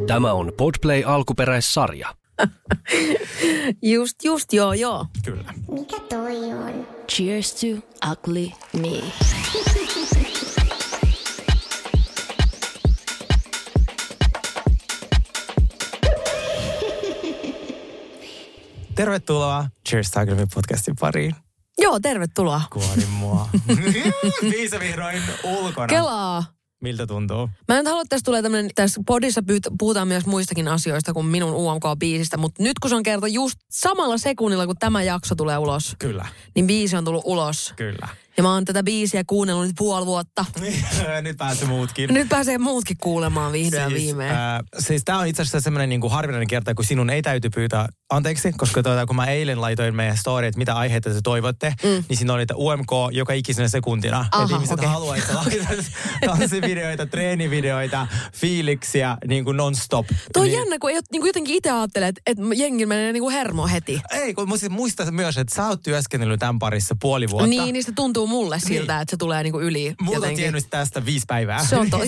Tämä on Podplay alkuperäissarja. Just, joo. Kyllä. Mikä toi on? Cheers to ugly me. Tervetuloa Cheers to Ugly Me podcastin pariin. Joo, tervetuloa. Kuorin mua. Viisa vihdoin ulkona. Kelaa. Miltä tuntuu? Mä en halua, että tässä podissa puhutaan myös muistakin asioista kuin minun UMK-biisistä, mutta nyt kun se on kerta just samalla sekunnilla, kun tämä jakso tulee ulos, Kyllä. niin biisi on tullut ulos. Kyllä. Ja mä oon tätä biisiä kuunnellut nyt puoli vuotta. Nyt pääsee muutkin. Nyt pääsee muutkin kuulemaan vihdoin ja viimein. Siis tää on itse asiassa semmoinen niinku harvinainen kerta, kun sinun ei täyty pyytää anteeksi, koska kun mä eilen laitoin meidän story, että mitä aiheita te toivotte, niin siinä oli, että UMK joka ikisenä sekuntina. Että ihmiset haluaa, että laitat tanssivideoita, treenivideoita, fiiliksiä niin kuin non-stop. Tuo on jännä, kun niin jotenkin itse ajattelee, että jengi menee niin kuin hermo heti. Ei, kun muista myös, että sä oot työskennellyt tämän parissa puoli vuotta. Niin se tuntuu mulle siltä, että se tulee niin kuin yli. Mulla on tiennyt tästä 5 päivää. Se on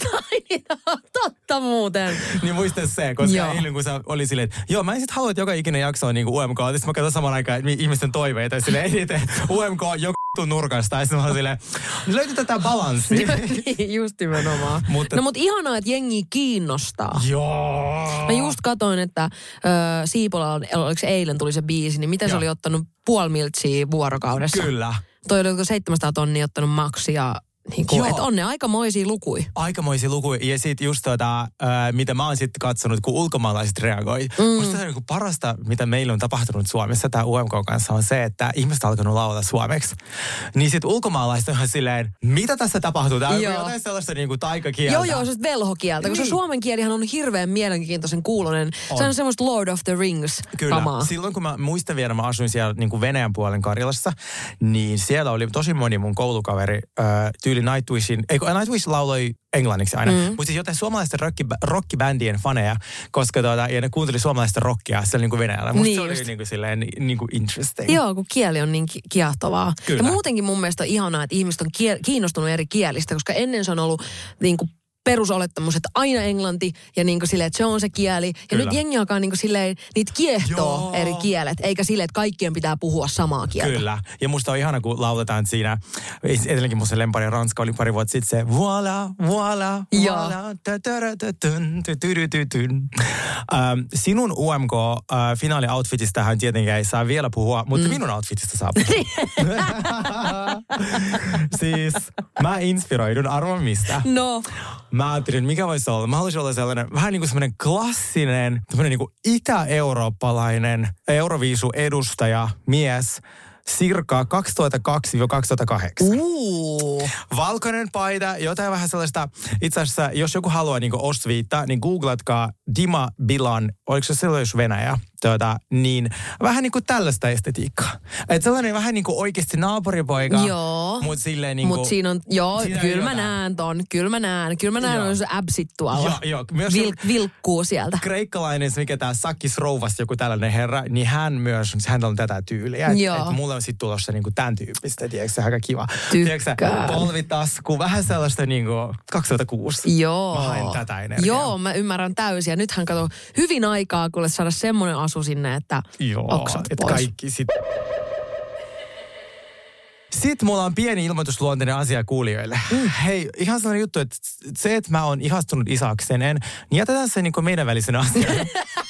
totta muuten. Niin muista se, koska eilen kun sä oli silleen, että joo, mä en sit halua, että joka ikinen jakso on niinku UMK. Sitten mä katson saman aikaan ihmisten toiveita ja silleen eniten UMK joka nurkasta. Ja sitten mä oon silleen, löytyy tätä balanssia. Niin, just nimenomaan. Mutta ihanaa, että jengi kiinnostaa. Joo. Mä just katoin, että Siipola, oliko se eilen tuli se biisi, niin miten se oli ottanut 0,5 miltsiä vuorokaudessa? Kyllä. Toi oli 700 tonnia ottanut maksia. Niin että on ne aikamoisia lukuja. Aikamoisia lukuja. Ja sitten just mitä mä oon sitten katsonut, kun ulkomaalaiset reagoi. Musta se on niin parasta, mitä meillä on tapahtunut Suomessa, tämä UMK kanssa, on se, että ihmiset on alkanut laulaa suomeksi. Niin sitten ulkomaalaiset on ihan silleen, mitä tässä tapahtuu? Tämä on jotain sellaista niin kuin taikakieltä. Joo, se velhokieltä, koska suomen kielihän on hirveän mielenkiintoisen kuulonen. Se on semmoista Lord of the Rings kamaa. Silloin kun mä muistan vielä, mä asuin siellä niin kuin Venäjän puolen Karjalassa, niin siellä oli tosi moni mun koulukaveri Nightwish lauloi englanniksi aina. Mutta siis jotain suomalaisten rockibändien faneja, koska ja ne kuunteli suomalaista rockia siellä niin kuin Venäjällä. Musta se oli niin kuin silleen niin kuin interesting. Joo, kun kieli on niin kiehtovaa. Kyllä. Ja muutenkin mun mielestä on ihanaa, että ihmiset on kiinnostunut eri kielistä, koska ennen se on ollut niin kuin perusolettamus, että aina englanti ja niin kuin silleen, että se on se kieli. Ja kyllä. Nyt jengi alkaa niin kuin silleen, niitä kiehtoo eri kielet, eikä silleen, että kaikkien pitää puhua samaa kieltä. Kyllä. Ja musta on ihana, kun lauletaan siinä, etenkin mun se lempari Ranska oli pari vuotta sitten se voilà, voilà, voilà, sinun UMK-finaali-outfitistähän tietenkään ei saa vielä puhua, mutta minun outfitista saa puhua. Siis mä inspiroidun, arvon mistä? No. Mä ajattelin, mikä voisi olla. Mä haluaisin olla sellainen, vähän niin kuin semmoinen klassinen, tämmöinen niin kuin itä-eurooppalainen Euroviisu-edustaja, mies, circa 2002-2008. Valkoinen paita, jotain vähän sellaista, itse asiassa, jos joku haluaa niin kuin osviittaa, niin googlatkaa Dima Bilan, oliko se silloin jos Venäjä, niin vähän niin kuin tällaista estetiikkaa. Että sellainen vähän niin kuin oikeasti naapuripoika. Joo. Mutta silleen niin kuin. Mutta siinä on, kyllä mä näen ton, kyllä mä näen on se absit tuolla. Joo. Myös vilkkuu sieltä. Kreikkalainen, mikä tää Sakis Rouvas, joku tällainen herra, niin hän on tätä tyyliä. Että mulla on sitten tulossa niinku tämän tyyppistä, tiedätkö se aika kiva. Tykkään. Polvitasku, vähän sellaista niinku 2006. Joo. Mä haen tätä energiaa. Joo, mä ymmärrän täysin. Ja nythän kato hyvin aikaa, kuule saada semmoinen asu sinne, että oksat et pois. Kaikki Sitten mulla on pieni ilmoitusluonteinen asia kuulijoille. Hei, ihan sellainen juttu, että se, että mä oon ihastunut Isaksenen, niin jätetään se niinku meidän välisenä asiana.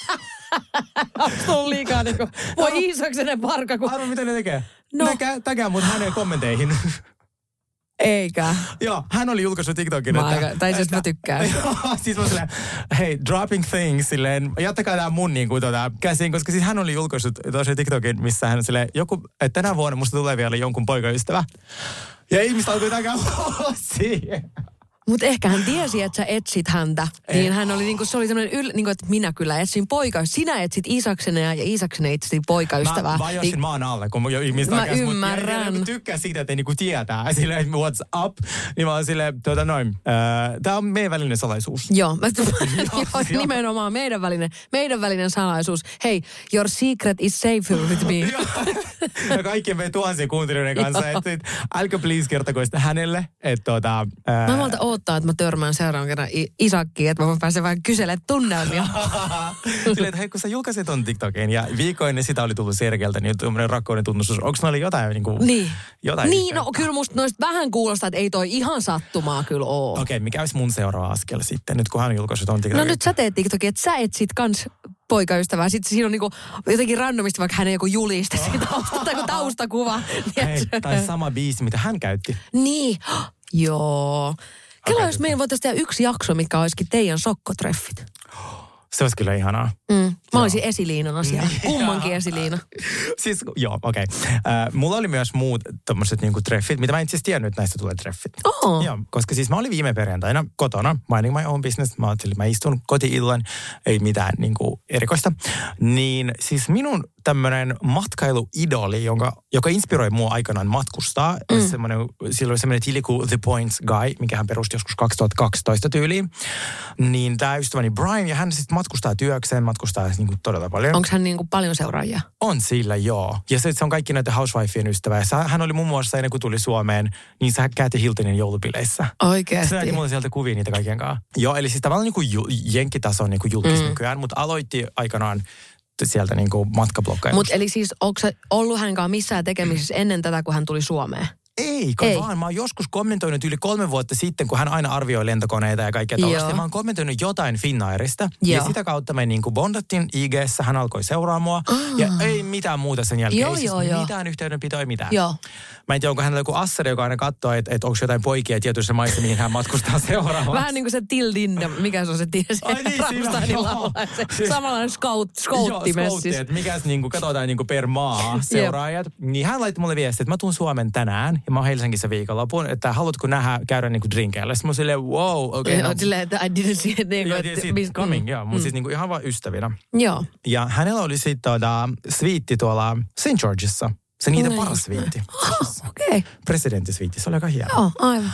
Se on liikaa niinku, voi Isaksenen parka. Arvo, mitä ne tekee? No. Täkää mut hänen kommenteihin. Eikä. Joo, hän oli julkaissut TikTokin. Tai siis mä tykkään. Siis mä silleen, hei, dropping things, silleen, jättäkää tää mun niinku käsiin, koska siis hän oli julkaissut tosiaan TikTokin, missä hän silleen, että tänä vuonna musta tulee vielä jonkun poikaystävä. Ja ihmiset alkoi takään siihen. Mutta ehkä hän tiesi, että sä etsit häntä. Niin hän oli niinku, se oli semmoinen, niinku, että minä kyllä etsin sinä etsit Isaksena ja Isaksena etsi poikaystävää. Mä vajosin maan alle, kun ihmiset mä ymmärrän. Mä tykkään siitä, että ei niinku tietää. Silleen, what's up? Niin mä oon silleen, tää on meidän välinen salaisuus. Joo, nimenomaan meidän välinen salaisuus. Hey, your secret is safe with me. Ja kaikkien meidän tuhansien kuuntelijoiden kanssa. Älkää please kertako sitä hänelle. Mä malta pelottaa, että mä törmään seuraavan kerran Isakkiin, että mä pääsen vähän kyselemään tunnelmia. Silleen, että hei, kun sä julkaisit ton TikTokin ja viikoinen sitä oli tullut Sergeltä, niin tuommoinen rakkauden tunnustus. Onko ne oli jotain Niin. Jotain niin, no kyllä musta noista vähän kuulostaa, että ei toi ihan sattumaa kyllä oo. Okei, mikä olisi mun seuraava askel sitten, nyt kun hän julkaisi ton TikTokin? No nyt sä teet TikTokin, että sä etsit kans poikaystävää. Sitten siinä on niinku jotenkin randomisti vaikka hänen joku juliste siitä tai joku taustakuva. Hei, tai sama biisi, mitä hän käytti. Niin, joo. Kello, jos meillä voitaisiin tehdä yksi jakso, mikä olisikin teidän sokkotreffit. Se olisi kyllä ihanaa. Mä olisin esiliinana siellä. Kummankin esiliina. Siis, joo, okei. Mulla oli myös muut tommoset niinku treffit, mitä mä en itse asiassa tiennyt, että näistä tulee treffit. Joo, koska siis mä olin viime perjantaina kotona, minding my own business. Mä istun koti-illan, ei mitään niinku erikoista. Niin siis minun tämmönen matkailuidoli, joka inspiroi mua aikanaan matkustaa. Sillä oli semmoinen tili kuin The Points Guy, mikä hän perusti joskus 2012 tyyliin. Niin tää ystäväni Brian, ja hän sitten matkustaa työkseen, matkustaa niinku todella paljon. Onko hän niinku paljon seuraajia? On sillä, joo. Ja se on kaikki näiden housewifeien ystävä. Hän oli muun muassa ennen kuin tuli Suomeen, niin sä Kathy Hiltonin joulubileissä. Oikeesti? Se näki mulle sieltä kuvia niitä kaikkien kanssa. Joo, eli siis tavallaan niinku jenkkitason niinku julkis nykyään, mutta aloitti aikanaan sieltä niinku matkablokkaajasta. Mutta eli siis onko se ollut hänen kanssaan missään tekemisissä ennen tätä, kun hän tuli Suomeen? Ei. Vaan. Mä oon joskus kommentoinut yli 3 vuotta sitten, kun hän aina arvioi lentokoneita ja kaikkea tällaista. Mä oon kommentoinut jotain Finnairista. Ja sitä kautta me niinku bondattiin IG:ssä. Hän alkoi seuraa mua. Ja ei mitään muuta sen jälkeen. Mitään yhteydenpitoa, ei mitään. Joo. Mä en tiedä, onko hänellä joku asseri, joka aina katsoo, että onko jotain poikia tietyissä maissa, mihin hän matkustaa seuraavaksi. Vähän niin kuin se Till Linda, mikä se on se Rammsteinin laulaja. Samanlainen scouttimessis. Joo, mikäs niinku, katsotaan niinku per maa seuraajat. Niin hän laittoi mulle viestiä, että mä tuun Suomen tänään. Ja mä oon Helsingissä viikonloppuun, että haluatko käydä niinku drinkeillä. Sitten mä oon silleen, wow, okei. Okay, silleen, että I didn't see it. Niin coming, joo. Mutta siis niinku ihan vaan ystävinä. Joo. Ja hänellä oli sitten sviitti tuolla St. Georgeissa. Se niitä paras sviitti. Okei. Presidenttisviitti, se oli aika hieno. Joo, aivan.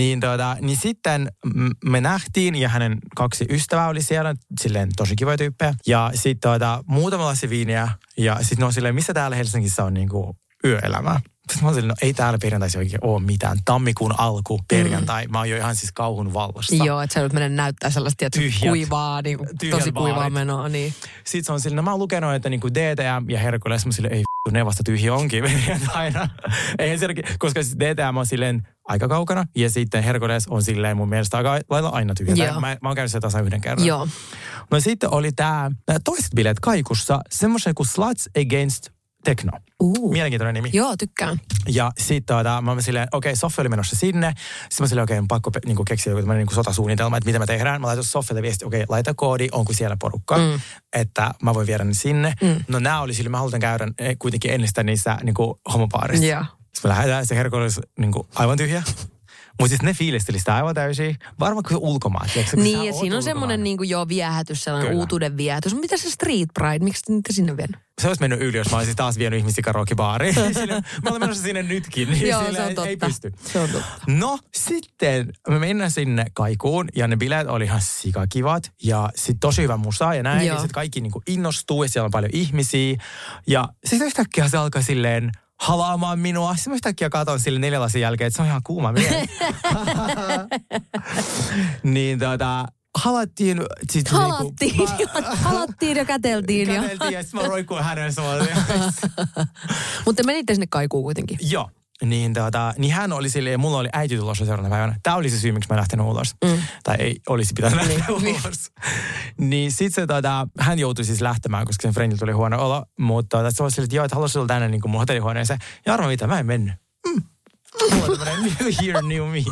Niin sitten me nähtiin ja hänen 2 ystävää oli siellä, silleen tosi kivoja tyyppejä. Ja sitten muutama lasi viiniä ja sitten ne on silleen, missä täällä Helsingissä on niinku yöelämää. Sitten mä olin silleen, no ei täällä perjantaisin oikein ole mitään. Tammikuun alku, perjantai. Mä oon jo ihan siis kauhun vallassa. Joo, että sä nyt mennä näyttää sellaista kuivaa, niin tosi kuivaa menoa. Niin. Sitten se on silleen, no mä oon lukenut, että niinku DTM ja Herkules, mä silleen, ei ne vasta tyhjiä onkin perjantaina. Eihän sielläkin, koska siis DTM on silleen aika kaukana ja sitten Herkules on silleen mun mielestä aika lailla aina tyhjä. Mä oon käynyt sitä tasan yhden kerran. Joo. No sitten oli tää toiset bileet Kaikussa, semmoisen kuin Sluts Against Techno. Mielenkiintoinen nimi. Joo, tykkään. Ja sitten mä olin silleen, okei, Soffi oli menossa sinne. Sitten mä silleen, okei, on pakko niinku keksiä joku niinku sotasuunnitelma, että mitä me tehdään. Mä laitoin Soffille viesti, okei, laita koodi, onko siellä porukka, että mä voin viedä ne sinne. No nää oli silleen, mä halutan käydä kuitenkin ennestään niissä niinku homopaarissa. Yeah. Sitten me lähdetään, se herkku olisi niinku aivan tyhjä. Mutta siis ne fiilisteli sitä aivan täysin. Varmaan kuin ulkomaan. Niin, ja siinä on semmoinen niinku viehätys, sellainen uutuuden viehätys. Mitä se Street Pride, miksi niitä sinne vienyt? Se olisi mennyt yli, jos mä olisin taas vienyt ihmisiä karaokebaariin. Mä olen menossa sinne nytkin, niin joo, se on totta. Ei pysty. Se on totta. No sitten me mennään sinne Kaikuun ja ne bileet oli ihan sikakivat. Ja sitten tosi hyvä musa ja näin. Ja sitten kaikki niinku innostuu ja siellä on paljon ihmisiä. Ja sitten yhtäkkiä se alkaa silleen halaamaan minua. Sitten mä yhtäkkiä katon sille 4 lasin jälkeen, että se on ihan kuuma mies. Niin halattiin. Halattiin ja käteltiin. Käteltiin ja sitten mä roikuin hänessä. Mutta menitte sinne Kaikuun kuitenkin. Joo. Niin, niin hän oli silleen, mulla oli äiti tulossa seuraavana päivänä. Tämä oli se syy, miksi mä lähtenyt ulos. Tai ei olisi pitänyt lähteä ulos. Niin sit se, hän joutui siis lähtemään, koska sen friendillä tuli huono olo. Mutta se oli silleen, että joo, että haluaisin olla tänne niin kuin mun hotellihuoneeseen. Ja arvaa mitä, mä en mennyt. Mulla on tämmöinen new year, new me.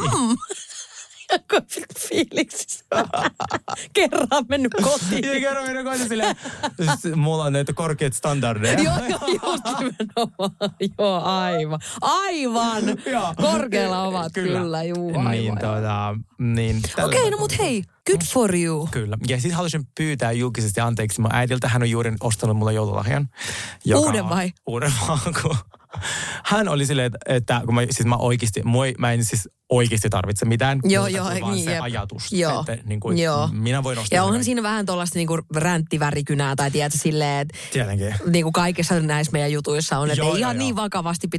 Fiiliksissä. Kerran mennyt kotiin. Ja kerran mennyt kotiin silleen, mulla on näitä korkeat standardeja. Joo, just nimenomaan. Joo, aivan. Korkealla ovat kyllä, juu, aivan. Niin, okei, no mut hei, good for you. Kyllä. Ja sit halusin pyytää julkisesti anteeksi mun äidiltä. Hän on juuri ostanut mulle joululahjan. Uuden vai? Uuden vaan, kun hän oli silleen, että kun mä oikeasti, mä en siis oikeasti tarvitse mitään. Joo, vaan niin, se ajatus, joo, että niin kuin, minä voin ostaa. Ja onhan siinä vähän tuollaista niin kuin ränttivärikynää tai tiedätkö silleen, että niin kuin kaikessa näissä meidän jutuissa on, että ei ihan niin vakavasti pitää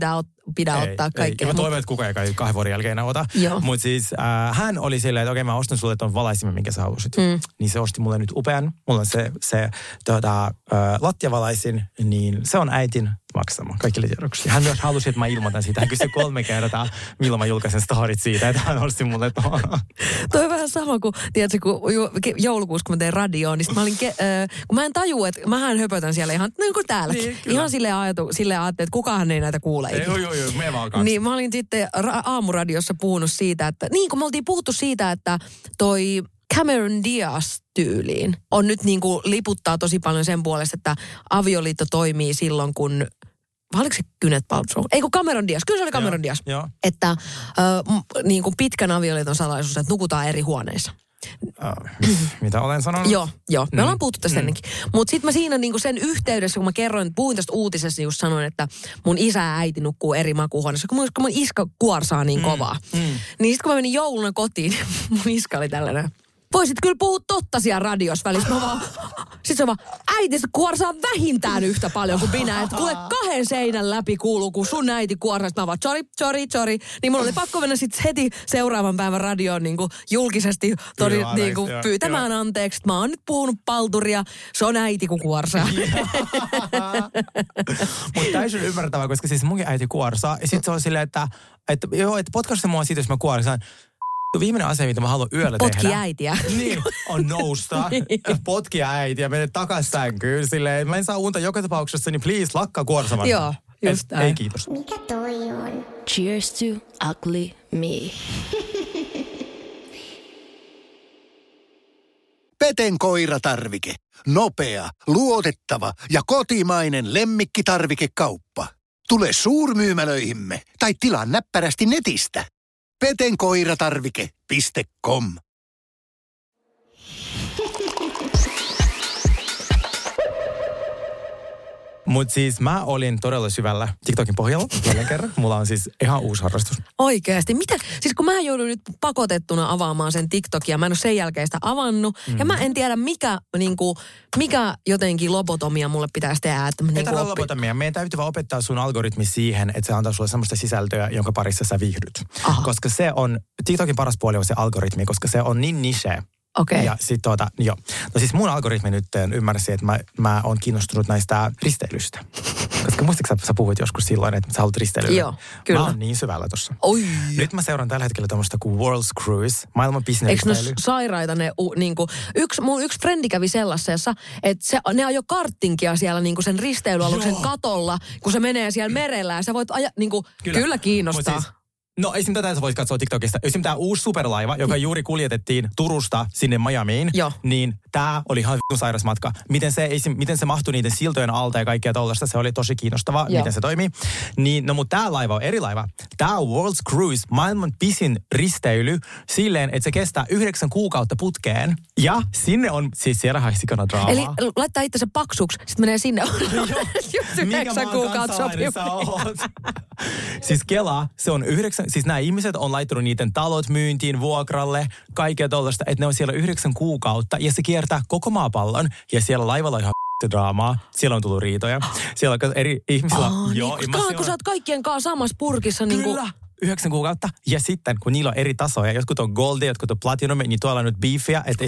pidä ottaa kaikkea. Mä toivon, että kukaan ei 2 vuoden jälkeen ota. Mutta siis hän oli silleen, että okei, mä ostan sulle ton valaisimen, minkä sä halusit. Niin se osti mulle nyt upean. Mulla on se lattiavalaisin, niin se on äitin maksama kaikille tiedoksi. Hän myös halusi, että mä ilmoitan siitä. Hän kysyi 3 kertaa, milloin mä julkaisen storit siitä, että hän osti mulle tuon. Toi on vähän sama kuin, tiedätkö, kun joulukuussa, kun mä tein radioon, niin mä olin, kun mä en tajua, että mähän höpötän siellä ihan, niin kuin täälläkin. Niin, ihan silleen ajattelin, että kukaan ei näitä kuule. Joo, me vaan kanssa. Niin mä olin sitten aamuradiossa puhunut siitä, että, niin kun me oltiin puhuttu siitä, että toi Cameron Diaz-tyyliin on nyt niin kuin liputtaa tosi paljon sen puolesta, että avioliitto toimii silloin, kun oliko se Gwyneth Paltrow? Ei kun Cameron Diaz. Kyllä se oli Cameron Diaz. Joo. Että niin kuin pitkän avioliiton salaisuus, että nukutaan eri huoneissa. Mitä olen sanonut? Joo. Me ollaan puhuttu tästä ennenkin. Mutta sitten mä siinä niinku sen yhteydessä, kun mä puhuin tästä uutisessa, just sanoin, että mun isä ja äiti nukkuu eri makuuhuoneessa, kun mun iska kuorsaa niin kovaa. Niin sitten kun mä menin jouluna kotiin, mun iska oli tällainen. Voisit kyllä puhua totta siellä radiossa välissä. Sitten se on vaan, äiti se kuorsaa vähintään yhtä paljon kuin minä. Että kuule 2 seinän läpi kuuluu, kun sun äiti kuorsaa. Sitten mä vaan, sorry. Niin mun oli pakko mennä sitten heti seuraavan päivän radioon niin kuin julkisesti niin kuin pyytämään anteeksi. Mä oon nyt puhunut palturia, se on äiti kun kuorsaa. Mutta täysin ymmärtävää, koska siis munkin äiti kuorsaa. Ja sitten se on silleen, että potkaista mua siitä, jos mä kuorsaan. Viimeinen asia, mitä mä haluan yöllä tehdä. Potki äitiä. Niin, on nousta, potkia äitiä, mene takas sänkyyn. Silleen, mä en saa unta joka tapauksessa, niin please, lakkaa kuorsamaan. Joo, just näin. Ei kiitos. Mikä toi on? Cheers to ugly me. Peten koiratarvike. Nopea, luotettava ja kotimainen lemmikkitarvikekauppa. Tule suurmyymälöihimme tai tilaa näppärästi netistä. petenkoiratarvike.com. Mutta siis mä olin todella syvällä TikTokin pohjalla jälleen kerran. Mulla on siis ihan uusi harrastus. Oikeasti. Mitä? Siis kun mä joudun nyt pakotettuna avaamaan sen TikTokia, mä en ole sen jälkeen sitä avannut. Ja mä en tiedä, mikä jotenkin lobotomia mulle pitäisi tehdä. Että ei tarvitse lobotomia. Meidän täytyy vaan opettaa sun algoritmi siihen, että se antaa sulle semmoista sisältöä, jonka parissa sä viihdyt. Aha. Koska se on, TikTokin paras puoli on se algoritmi, koska se on niin niche. Okei. Ja sit joo. No siis mun algoritmi nyt ymmärsi, että mä oon kiinnostunut näistä risteilystä. Koska muistatko sä puhuit joskus silloin, että sä haluat risteilyä? Joo, kyllä. Mä oon niin syvällä tossa. Oi. Nyt mä seuraan tällä hetkellä tämmöistä kuin World's Cruise, maailman bisnesristeily. Eikö ne sairaita ne, niinku, mun yksi frendi kävi sellaisessa, että ne ajoi karttinkia siellä niinku sen risteilyaluksen katolla, kun se menee siellä merellä ja sä voit ajaa, niinku, kyllä kiinnostaa. No esim. Tätä sä voit katsoa TikTokista. Esim. Tää uusi superlaiva, joka juuri kuljetettiin Turusta sinne Miamiin, niin tää oli ihan sairas matka. Miten se mahtui niiden siltojen alta ja kaikkea tollaista, se oli tosi kiinnostavaa, miten se toimii. Niin, no mutta tää laiva on eri laiva. Tää on World's Cruise, maailman pisin risteily, silleen, että se kestää 9 kuukautta putkeen. Ja sinne on, siis siellä haisikana draamaa. Eli laittaa itsensä paksuksi, sit menee sinne. Just 9 kuukautta sopii. Siis Kela, se on 9, siis nämä ihmiset on laittanut niiden talot myyntiin, vuokralle, kaikkea tollaista, että ne on siellä 9 kuukautta ja se kiertää koko maapallon ja siellä laivalla on ihan draamaa. Siellä on tullut riitoja. Siellä on eri ihmisillä. Kun sä oot kaikkien kanssa samassa purkissa. Kyllä. 9 kuukautta. Ja sitten, kun niillä on eri tasoja, jotkut on goldia, jotkut on platinum, niin tuolla on nyt beefia, että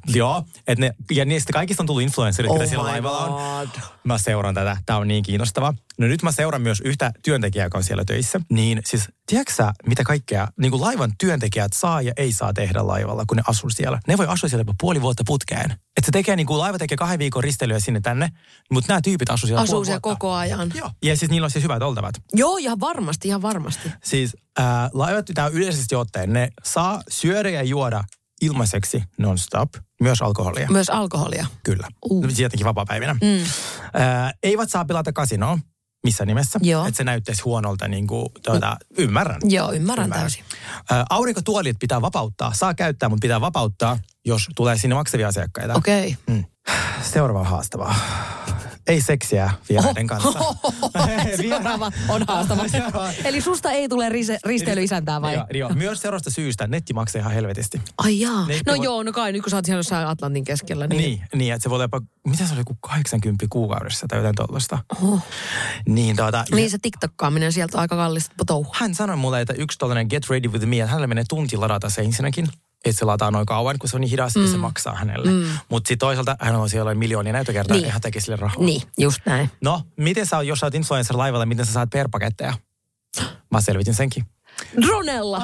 ja niistä kaikista on tullut influencerit, mitä siellä laivalla on. Mä seuraan tätä. Tää on niin kiinnostavaa. No nyt mä seuraan myös yhtä työntekijää, joka on siellä töissä. Niin siis, tiedätkö sä, mitä kaikkea niin kuin laivan työntekijät saa ja ei saa tehdä laivalla, kun ne asuu siellä? Ne voi asua siellä puoli vuotta putkeen. Että se tekee, niin kuin laiva tekee 2 viikon risteilyä sinne tänne, mutta nämä tyypit asuu siellä puoli vuotta. Koko ajan. Joo. Ja siis niillä on siis hyvät oltavat. Joo, ihan varmasti. Siis laivat pitää yleisesti ottaen, ne saa syödä ja juoda ilmaiseksi non-stop. Myös alkoholia. Myös alkoholia. Kyllä. Tietenkin vapaapäivinä. Eivät saa pilata kasinoa missään nimessä. Että se näyttäisi huonolta niin kuin, ymmärrän. Joo, ymmärrän täysin. Aurinkotuolit pitää vapauttaa. Saa käyttää, mutta pitää vapauttaa, jos tulee sinne maksavia asiakkaita. Okei. Seuraava haastavaa. Ei seksiä vieraiden kanssa. Seuraava on haastava. Eli susta ei tule risteilyisäntää vai? Joo. Myös seuraavasta syystä netti maksaa ihan helvetisti. Ai jaa. No kai nyt kun sä oot siellä jossain Atlantin keskellä. Niin, että se voi olla jopa, mitä se oli, joku 80 kuukaudessa tai jotain tollaista. Niin se TikTokkaaminen sieltä on aika kallista touhua. Hän sanoi mulle, että yksi tollainen Get Ready With Me, että hänelle menee tunti ladata se ensinnäkin. Että se lataa noin kauan, kun se on niin hidas, ja se maksaa hänelle. Mutta sitten toisaalta hän on siellä miljoonia näytökertaa, ja hän tekee sille rahaa. Niin, just näin. No, miten jos sä oot influencer-laivalla, miten sä saat per-paketteja? Mä selvitin senkin. Dronella!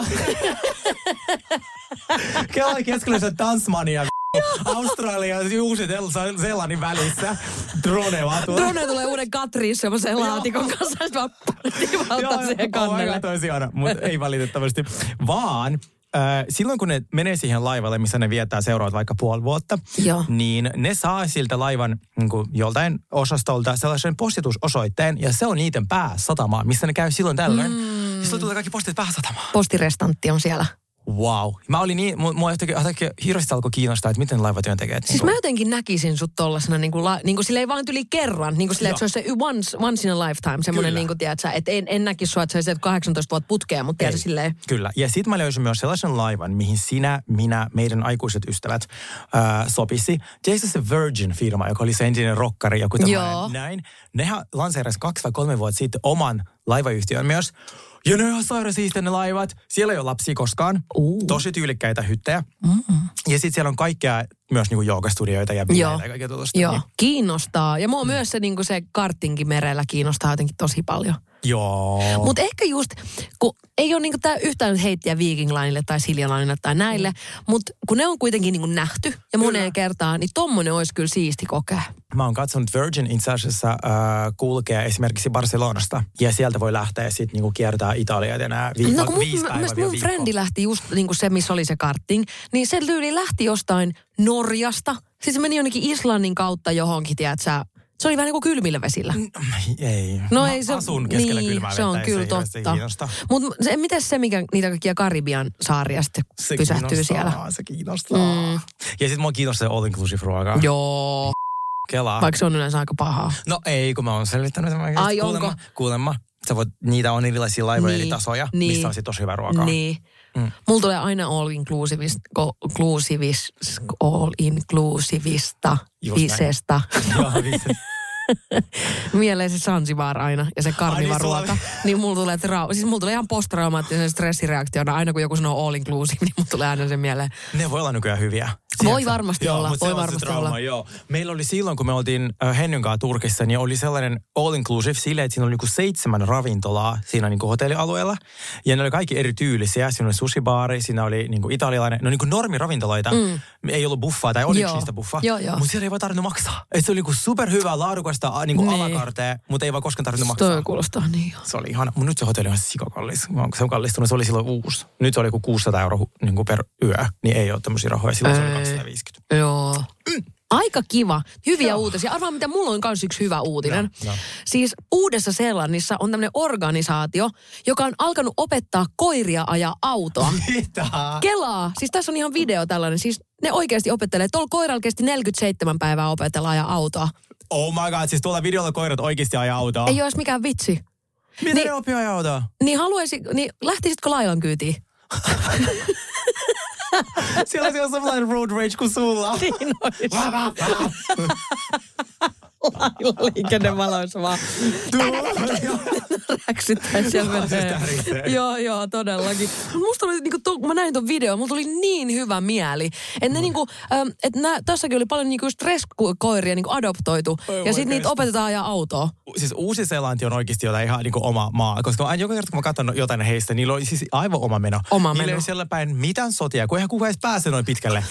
Kela keskellä se Tasmania, Australia ja Uusi-Seelannin välissä. Drone vaan tuolla. Drone tulee uuden Katriin semmoisen laatikon kanssa, että vaan tivaltaa siihen kannelle. Mutta ei valitettavasti. Vaan silloin kun ne menee siihen laivalle, missä ne viettää seuraavat vaikka puoli vuotta, niin ne saa siltä laivan niin kuin joltain osastolta sellaisen postitusosoitteen, ja se on niiden pääsatamaa, missä ne käy silloin tällöin. Ja silloin tulee kaikki postit pääsatamaan. Postirestantti on siellä. Wow. Mä olin niin, mua jotenkin hirveästi alkoi kiinnostaa, että miten laivatyöntekijät. Siis mä jotenkin näkisin sut tollasena niin kuin silleen vaan yli kerran. Niin kuin silleen, että se olisi se once in a lifetime. Semmoinen niin kuin, tiedätkö, että en näkisi sua, että se olisi 18 vuotta putkea, mutta tiedätkö silleen. Kyllä. Ja sit mä löysin myös sellaisen laivan, mihin minä, meidän aikuiset ystävät sopisi. Jesus Virgin-firma, joka oli se entinen rokkari, joku tämmöinen näin. Nehän lanseerasi 2 vai 3 vuotta sitten oman laivayhtiön myös. Ja ne on ihan sairasiistä ne laivat. Siellä ei ole lapsia koskaan. Tosi tyylikkäitä hyttejä. Ja sitten siellä on kaikkea, myös niinku joogastudioita ja bileitä ja kaikkea tuollaista. Joo, kiinnostaa. Ja mua myös se karttinki merellä kiinnostaa jotenkin tosi paljon. Joo. Mutta ehkä just, kun ei ole niinku tää yhtään heittiä Viking Linelle tai Silja Linelle tai näille, mutta kun ne on kuitenkin niinku nähty ja moneen kertaan, niin tommonen olisi kyllä siisti kokea. Mä oon katsonut Virgin itse asiassa kulkee esimerkiksi Barcelonasta ja sieltä voi lähteä sitten niinku kiertää Italiaa ja nää 5 päivää mun frendi lähti just niinku se, missä oli se kartting, niin se tyyli lähti jostain Norjasta. Siis se meni jonnekin Islannin kautta johonkin, tiedätkö. Se oli vähän niin kuin kylmillä vesillä. Ei. No ei se asun keskellä kylmää vettä. Se on kyllä totta. Mutta miten se, mikä niitä kaikkia Karibian saaria sitten pysähtyy siellä? Se kiinnostaa. Ja sitten mua kiinnostaa all inclusive ruokaa. Joo. Kelaa. Vaikka se on yleensä aika pahaa. No ei, kun mä oon selvittänyt. Ai onko? Kuulemma. Niitä on erilaisia laivoja eri tasoja, missä on sitten tosi hyvä ruokaa. Niin. Mulla tulee aina all inclusivista visestä. Mieleen se Zanzibar aina ja se karnivaruoka. Niin mulla tulee, siis mulla tulee ihan posttraumaattisen stressireaktiona. Aina kun joku sanoo all inclusive, niin mulla tulee aina sen mieleen. Ne voi olla nykyään hyviä. Voi varmasti olla. Voi varmasti olla. Joo. Meillä oli silloin, kun me oltiin Hennyn kanssa Turkissa, niin oli sellainen all inclusive silleen, että siinä oli niinku 7 ravintolaa siinä niinku hotellialueella. Ja ne oli kaikki eri tyylisiä. Siinä oli sushibaari, siinä oli niinku italialainen, no niinku normiravintoloita. Ei ollut buffaa tai oliko niistä buffaa. Mutta siellä ei vaan tarvinnut maksaa. Et se oli niinku superhyvää, laadukasta niinku alakartea, mutta ei vaan koskaan tarvinnut maksaa. Toi kuulostaa niin. Se oli ihana. Mutta nyt se hotelli on sikakallis. Se on kallistunut. Se oli silloin uusi. Nyt oli 600 € niinku per yö. Niin ei ole tämmöisiä rahoja. Silloin se oli 250. Joo. Aika kiva. Hyviä uutisia. Arvaa, mitä mulla on myös yksi hyvä uutinen. Siis Uudessa-Seelannissa on tämmöinen organisaatio, joka on alkanut opettaa koiria ajaa autoa. Mitä? Kelaa. Siis tässä on ihan video tällainen. Siis ne oikeasti opettelee. Tuolla koiralla kesti 47 päivää opetella ajaa autoa. Oh my god, siis tuolla videolla koirat oikeasti ajaa autoa. Ei olisi mikään vitsi. Miten ne oppii ajaa autoa? Niin lähtisitkö Lailan kyytiin? Siellä on sellainen road rage kuin sulla. Niin olisi. Lailla liikennevaloissa vaan. Räksyttäisi siellä menee. Joo, todellakin. Musta oli, kun mä näin ton videon, mulla tuli niin hyvä mieli. Että tässäkin oli paljon stress-koiria adoptoitu. Ja sitten niitä opetetaan ajaa autoa. Siis Uusi-Seelanti on oikeasti jotain ihan oma maa. Koska joka kerta, kun mä katson jotain heistä, niillä oli siis aivan oma meno. Niillä ei ole siellä päin mitään sotia, kun eihän kukaan edes pääse noin pitkälle.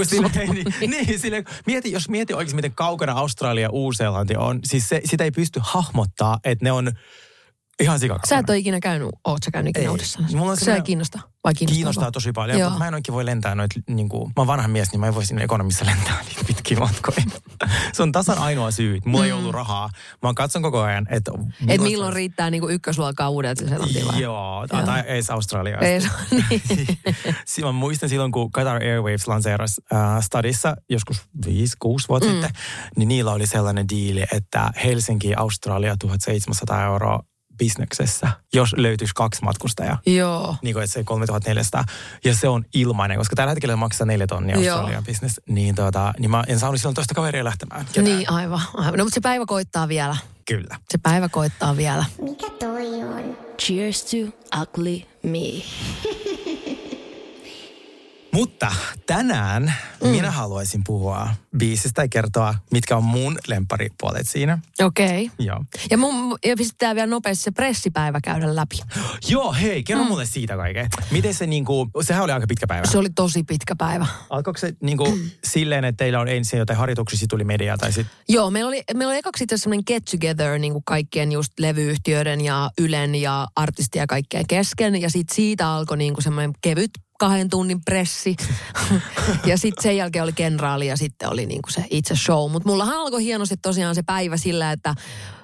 Jos mieti oikeasti, miten kaukana Australia ja Uusi-Seelanti on. Siis sitä ei pysty hahmottaa, että ne on ihan sikakaukana. Sä et ole ikinä käynyt, oot sä käynyt ikinä Uudessa-Seelannissa? Se ei kiinnosta. Vai kiinnostaa tosi paljon, mutta mä en oikein voi lentää noita, mä oon vanha mies, niin mä en voi sinne ekonomissa lentää niitä pitkiä matkoja. Se on tasan ainoa syy. Mulla ei ollut rahaa. Mä katson koko ajan, että milloin riittää niinku ykkösluokkaa Uudelta-Seelantiin. Joo, tai ees Australiasta. Niin. Mä muistan silloin, kun Qatar Airways lanseerasi Stadissa joskus 5-6 vuotta sitten, niin niillä oli sellainen diili, että Helsinki, Australia 1700 € bisneksessä, jos löytyisi 2 matkustajaa. Joo. Niin kuin, että se 3400. Ja se on ilmainen, koska tällä hetkellä maksaa 4 tonnia Australian business. Niin, niin mä en saanut silloin toista kaveria lähtemään. Niin, aivan. No, mutta se päivä koittaa vielä. Kyllä. Se päivä koittaa vielä. Mikä toi on? Cheers to ugly me. Mutta tänään minä haluaisin puhua biisistä ja kertoa, mitkä on mun lempparipuolet siinä. Okei. Joo. Ja pistetään vielä nopeasti se pressipäivä käydä läpi. Joo, hei, kerro mulle siitä kaiken. Miten se sehän oli aika pitkä päivä. Se oli tosi pitkä päivä. Alkoiko se silleen, että teillä on ensin jotain harjoituksia, tuli media tai sitten? Joo, meillä oli ekaksi itse asiassa semmoinen get together kaikkien just levyyhtiöiden ja Ylen ja artistia kaikkea kesken. Ja sitten siitä alkoi semmoinen kevyt 2 tunnin pressi. Ja sitten sen jälkeen oli kenraali ja sitten oli se itse show. Mutta mullahan alkoi hienosti tosiaan se päivä sillä, että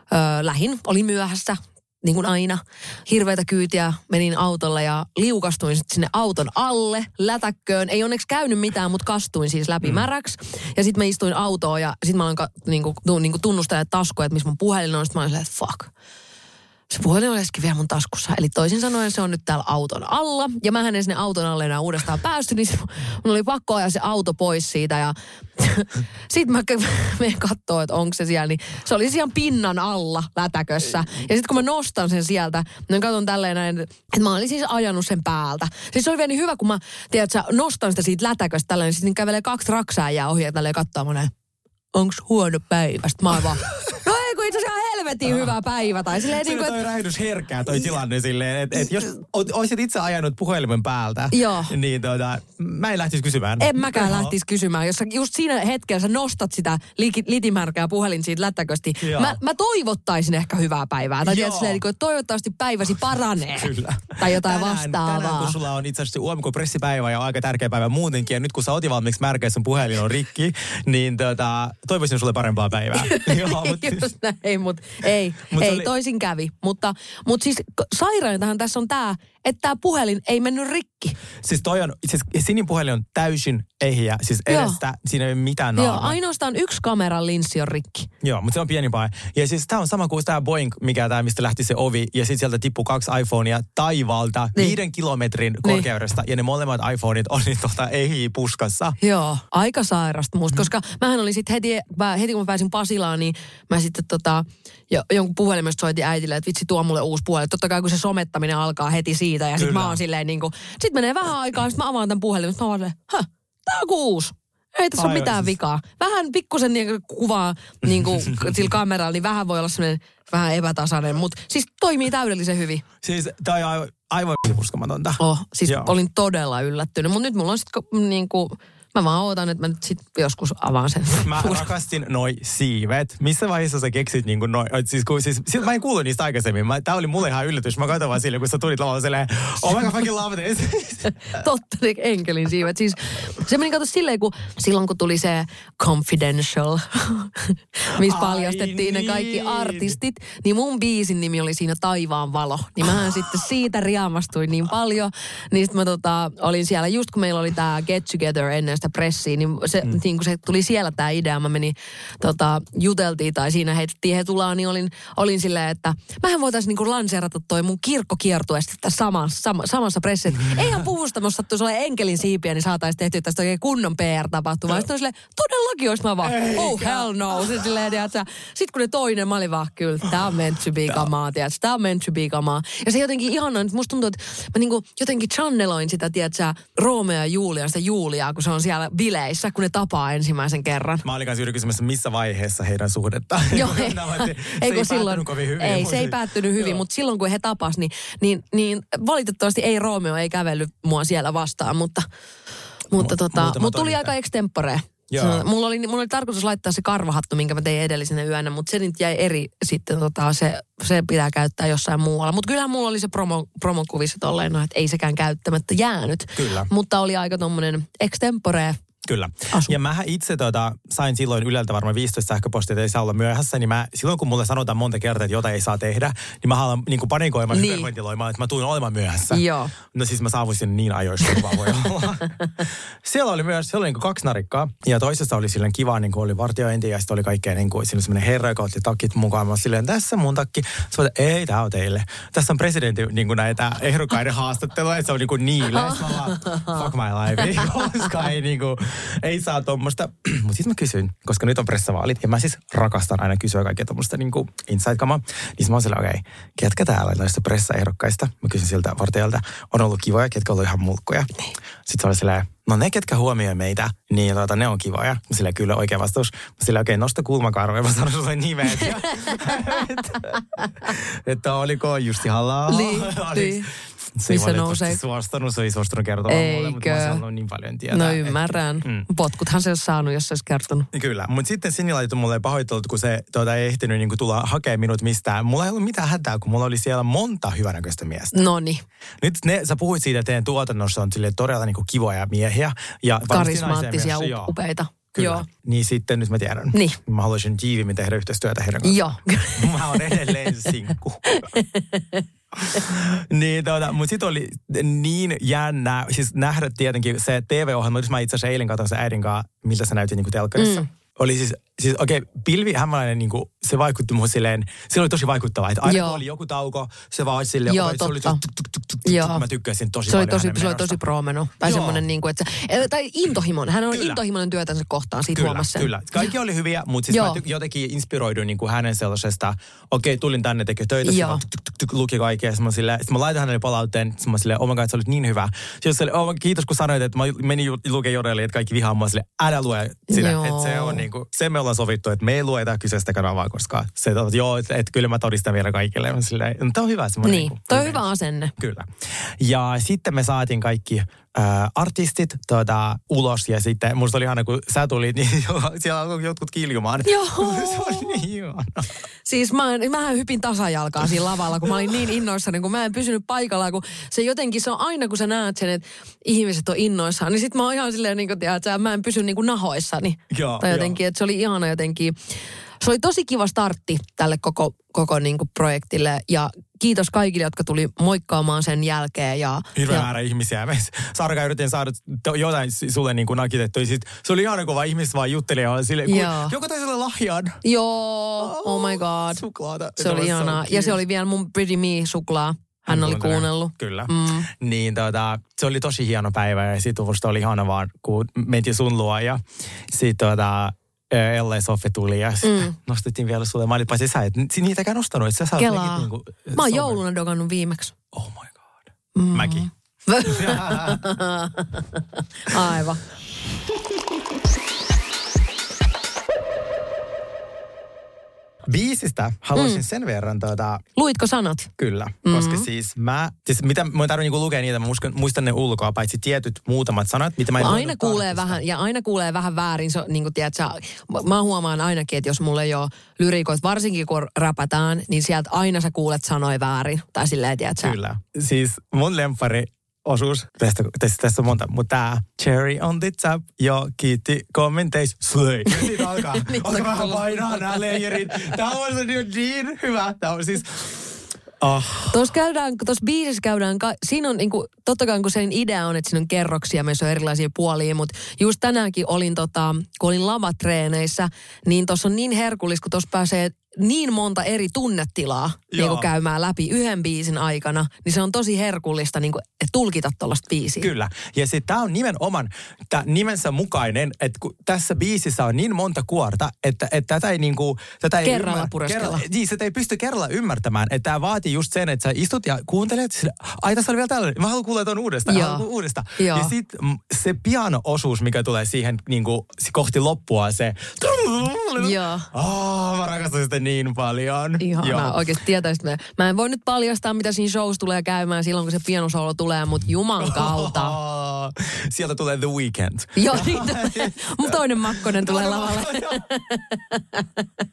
lähin, oli myöhässä. Niin kuin aina, hirveätä kyytiä, menin autolla ja liukastuin sitten sinne auton alle, lätäkköön. Ei onneksi käynyt mitään, mutta kastuin siis läpi märäksi. Ja sitten mä istuin autoon ja sitten mä aloin tunnustaa taskuja, että missä mun puhelin on. Sitten mä olin silleen, että fuck. Se puhelin olisikin vielä mun taskussa. Eli toisin sanoen se on nyt täällä auton alla. Ja mähän en sinne auton alle enää uudestaan päästy, niin mun oli pakko ajaa se auto pois siitä. Ja sitten mä menen kattoo, että onko se siellä. Niin se oli siellä pinnan alla lätäkössä. Ja sitten kun mä nostan sen sieltä, niin katson tälleen näin, että mä olin siis ajanut sen päältä. Siis se oli vielä niin hyvä, kun mä nostan sitä siitä lätäköstä tälleen. Sitten kävelee 2 raksääjää ohi ja tälleen kattoo mä näin, onko huono päivä? Sitten mä oon vaan, no ei kun itse asiassa helvetin hyvä päivä. Tai silleen niin kuin, toi räjähdys herkkää toi tilanne silleen, että jos olisit itse ajanut puhelimen päältä, niin mä en lähtisi kysymään. En mäkään lähtisi kysymään. Jos sä just siinä hetkellä sä nostat sitä litimärkää puhelin siitä lättäkösti, mä toivottaisin ehkä hyvää päivää. Tai tiedät silleen, että toivottavasti päiväsi paranee. Kyllä. Tai jotain vastaavaa. Tänään kun sulla on itse asiassa huomiko pressipäivä ja aika tärkeä päivä muutenkin, ja nyt kun sä oot valmiiksi märkeä, sun puhelin on rikki, niin toivoisin sulle parempaa päivää. Just näin, ei, toisin kävi. Mutta siis sairaintahan tässä on tämä, että tämä puhelin ei mennyt rikki. Siis Sinin puhelin on täysin ehjä, siis edestä siinä ei ole mitään naama. Joo, ainoastaan 1 kameran linssi on rikki. Joo, mutta se on pieni pahe. Ja siis tämä on sama kuin tämä Boeing, mistä lähti se ovi, ja sitten sieltä tippui 2 iPhonea taivaalta 5 kilometrin korkeudesta, ja ne molemmat iPhoneit on ehjiä puskassa. Joo, aika sairasta musta, koska mähän olin sitten heti kun mä pääsin Pasilaan, niin mä sitten jonkun puhelimesta soitin äitille, että vitsi tuo mulle uusi puhelin. Totta kai kun se somettaminen alkaa heti siitä, ja sitten mä oon silleen sit menee vähän aikaa, sitten mä avaan tämän puhelimen, mä oon silleen, tää on uusi. Ei tässä ole mitään vikaa. Vähän pikkusen kuvaa sillä kameralla, niin vähän voi olla semmoinen vähän epätasainen, mutta siis toimii täydellisen hyvin. Siis tää on aivan uskomatonta. Siis olin todella yllättynyt, mutta nyt mulla on sitten mä vaan ootan, että mä nyt sit joskus avaan sen. Mä rakastin noi siivet. Missä vaiheessa sä keksit siis mä en kuullut niistä aikaisemmin. Tää oli mulle ihan yllätys. Mä katsoin vaan silleen, kun sä tulit lavalla silleen, oh my god, fucking love this. Totta, ne enkelin siivet. Siis se meni silleen, silloin kun tuli se Confidential, missä paljastettiin ne kaikki artistit, niin mun biisin nimi oli siinä Taivaan valo. Niin mähän sitten siitä riamastuin niin paljon. Niin sit mä olin siellä, just kun meillä oli tää Get Together ennen sitä pressiä, niin kun se tuli siellä tämä idea, mä menin, juteltiin tai siinä heitettiin hetulaan, niin olin silleen, että mähän voitaisiin lanseerata toi mun kirkkokiertue sitten samassa pressissä. Eihän puvustamossa sattuisi olla enkelin siipiä, niin saataisiin tehtyä tästä oikein kunnon PR-tapahtumaa. Sitten on silleen, todellakin olisi mä vaan, oh hell no. Sitten kun ne toinen, mä olin vaan, kyllä, tää on meant to be kamaa, tiedätkö, tää on meant to be kamaa. Ja se jotenkin ihanaa, että musta tuntuu, että mä jotenkin channeloin sitä, tiedätkö, Romeo ja Juliaa, kun se on siellä bileissä, kun ne tapaa ensimmäisen kerran. Mä olin kanssa juuri kysymässä, missä vaiheessa heidän suhdetta. Joo, se ei silloin päättynyt hyvin, mutta silloin kun he tapas, niin valitettavasti ei Romeo ei kävellyt mua siellä vastaan, mutta tuli aika extempore. Mulla oli tarkoitus laittaa se karvahattu, minkä mä tein edellisenä yönä, mutta se nyt jäi eri sitten, se pitää käyttää jossain muualla. Mutta kyllähän mulla oli se promokuvissa tolleen, että ei sekään käyttämättä jäänyt. Kyllä. Mutta oli aika tommonen extempore Kyllä. Asu. Ja mähän itse sain silloin Yleltä varmaan 15 sähköpostia, että ei saa olla myöhässä, niin silloin kun mulle sanotaan monta kertaa, että jota ei saa tehdä, niin mä alan niin panikoimaan, hyperventiloimaan, että mä tuun olemaan myöhässä. Joo. No siis mä saavuisin niin ajoissa, kuin vaan voi olla. Siellä oli niin 2 narikkaa, ja toisessa oli silleen kiva, niin kuin oli vartiointi, ja sitten oli kaikkea niin kuin semmoinen herra, joka otti takit mukaan. Mä silleen, tässä mun takki. Sitten ei, tää on teille. Tässä on presidentin niin kuin näitä ehdokkaiden haastattelua, että se on niin kuin niille. Sitten mä vaan, fuck my life, koska ei saa tommoista. Mutta sitten mä kysyin, koska nyt on pressavaalit, ja mä siis rakastan aina kysyä kaikkea tommoista niin kuin inside-kamaa. Niin mä oon silleen, okei, ketkä täällä näistä pressaehdokkaista? Mä kysyn siltä vartijalta, on ollut kivoja, ketkä on ollut ihan mulkkuja. Sitten se oli silleen, no ne, ketkä huomioi meitä, niin ne on kivoja. Mä silleen, kyllä oikea vastaus. Mä silleen, okei, nosta kulmakarvoja. Mä sanon sulle nimet. Että oliko Jussi Halla-aho? Niin. Se ei valitettavasti suostunut, se ei suostunut kertomaan mulle, mutta mä oon saanut niin paljon tietää. No ymmärrän. Potkuthan se olisi saanut, jos se olisi kertonut. Kyllä, mutta sitten Sinni laittoi mulle pahoittelut, kun se ei ehtinyt niin kuin tulla hakemaan minut mistään. Mulla ei ollut mitään hätää, kun mulla oli siellä monta hyvänäköistä miestä. Noniin. Nyt sä puhuit siitä, että teidän tuotannossa on todella niin kuin kivoja miehiä. Ja karismaattisia, upeita. Kyllä. Joo. Niin sitten nyt mä tiedän. Niin. Mä haluaisin tiiviimmin tehdä yhteistyötä heidän kanssaan. Joo. Mä oon edelleen sinkku. Niin, mutta sitten oli niin jännä, siis nähdä tietenkin se TV-ohjelma, jos mä itse asiassa eilen katsoin sen äidin kanssa, miltä se näytti niin kuin telkkarissa. Oli siis okei, Pilvi Hämäläinen, niin kuin, se vaikutti muun silleen, se oli tosi vaikuttavaa, että aina kun oli joku tauko, se vaan silleen, joo, se oli mä tykkäsin tosi paljon se oli tosi proomeno, tai semmoinen niin kuin, että tai intohimoinen, hän on intohimoinen työtänsä kohtaan, siitä huomasi sen. Kyllä, kaikki oli hyviä, mutta siis mä jotenkin inspiroiduin niin kuin hänen sellaisesta, tulin tänne tekemään töitä, se vaan luki kaikkea, sitten mä laitan hänelle palautteen, sitten mä silleen, oh my god, sä olit niin hyvä. Sitten kiitos kun sanoit, että mä menin lukemaan Jodeliin, että kaikki vihaa mua silleen, älä lue sitä, että se on niin kuin, se me ollaan sovittu, että me ei lueta kyseistä kanavaa, koska se, että kyllä mä todistan vielä kaikille. Tämä on hyvä semmoinen. Niin, toi on hyvä asenne. Kyllä. Ja sitten me saatiin kaikki artistit ulos ja sitten musta oli ihana, kun sä tulit, niin siellä alkoi jotkut kiljumaan. Joo. Se oli niin ihana. Siis mä hypin tasajalkaa siinä lavalla, kun mä olin niin innoissani, kun mä en pysynyt paikallaan, kun se jotenkin, se on aina, kun sä näet sen, että ihmiset on innoissaan, niin sit mä oon ihan silleen, niin kuin, tiedätkö, mä en pysy niin kuin nahoissani. Joo, tai jotenkin, että se oli ihana jotenkin. Se oli tosi kiva startti tälle koko niin kuin projektille ja kiitos kaikille, jotka tuli moikkaamaan sen jälkeen. Hirveä määrä ihmisiä. Sarka yritin saada jotain sulle niin kuin nakitettua. Se oli ihana, kun vaan ihmiset vaan jutteli ja silleen, joku toi sulle lahjan. Joo, oh my god. Suklaata. Se oli ihanaa. Ja se oli vielä mun Pretty Me-suklaa. Hän oli kuunnellut. Kyllä. Niin se oli tosi hieno päivä ja sit oli ihana vaan, kun mentiin sun luo ja sit Elle ja Soffe tuli ja nostettiin vielä sulle. Mä olin paitsi sä, että niitäkään nostanut. Että sä Kelaa. Niin mä oon jouluna dogannut viimeksi. Oh my god. Mäkin. Aivan. Biisistä haluaisin sen verran Luitko sanat? Kyllä, koska siis mä ei tarvitse niinku lukea niitä, mä muistan ne ulkoa, paitsi tietyt muutamat sanat, mitä mä en aina kuulee vähän väärin, se, niin kuin tiedät, mä huomaan ainakin, että jos mulla ei ole lyrikoita, varsinkin kun räpätään, niin sieltä aina sä kuulet sanoja väärin, tai silleen, tiedät sä. Kyllä, siis mun lemppari osuus, tässä on monta, mutta tää cherry on the top, jo kiitti kommenteissa, slay. Ja siitä alkaa vähän painaa nämä leijerit. Tää on niin hyvä. Tää on siis... Tuossa biisissä käydään, siinä on niinku, totta kai kun sen idea on, että siinä on kerroksia, meissä on erilaisia puolia, mutta just tänäänkin olin, kun olin lavatreeneissä, niin tuossa on niin herkullista, kun tuossa pääsee niin monta eri tunnetilaa niin käymään läpi yhden biisin aikana, niin se on tosi herkullista niin kuin, että tulkita tuollaista biisiä. Kyllä. Ja sitten tämä on nimenomaan nimensä mukainen, että tässä biisissä on niin monta kuorta, että tätä ei niinku... Kerralla pureskella. Niin, sitä ei pysty kerralla ymmärtämään. Että tämä vaatii just sen, että sä istut ja kuuntelet, sille, ai tässä oli vielä tällainen, mä haluan kuulla tuon uudestaan. Ja sitten se piano-osuus, mikä tulee siihen niinku, kohti loppua, se... Joo. Mä rakastan sitä niin paljon. Ihanaa. Oikeasti tietäisit. Mä en voi nyt paljastaa, mitä siinä showssa tulee käymään silloin, kun se pianosolo tulee, mutta juman kautta. Sieltä tulee The Weeknd. Joo, toinen Makkonen tulee lavalle.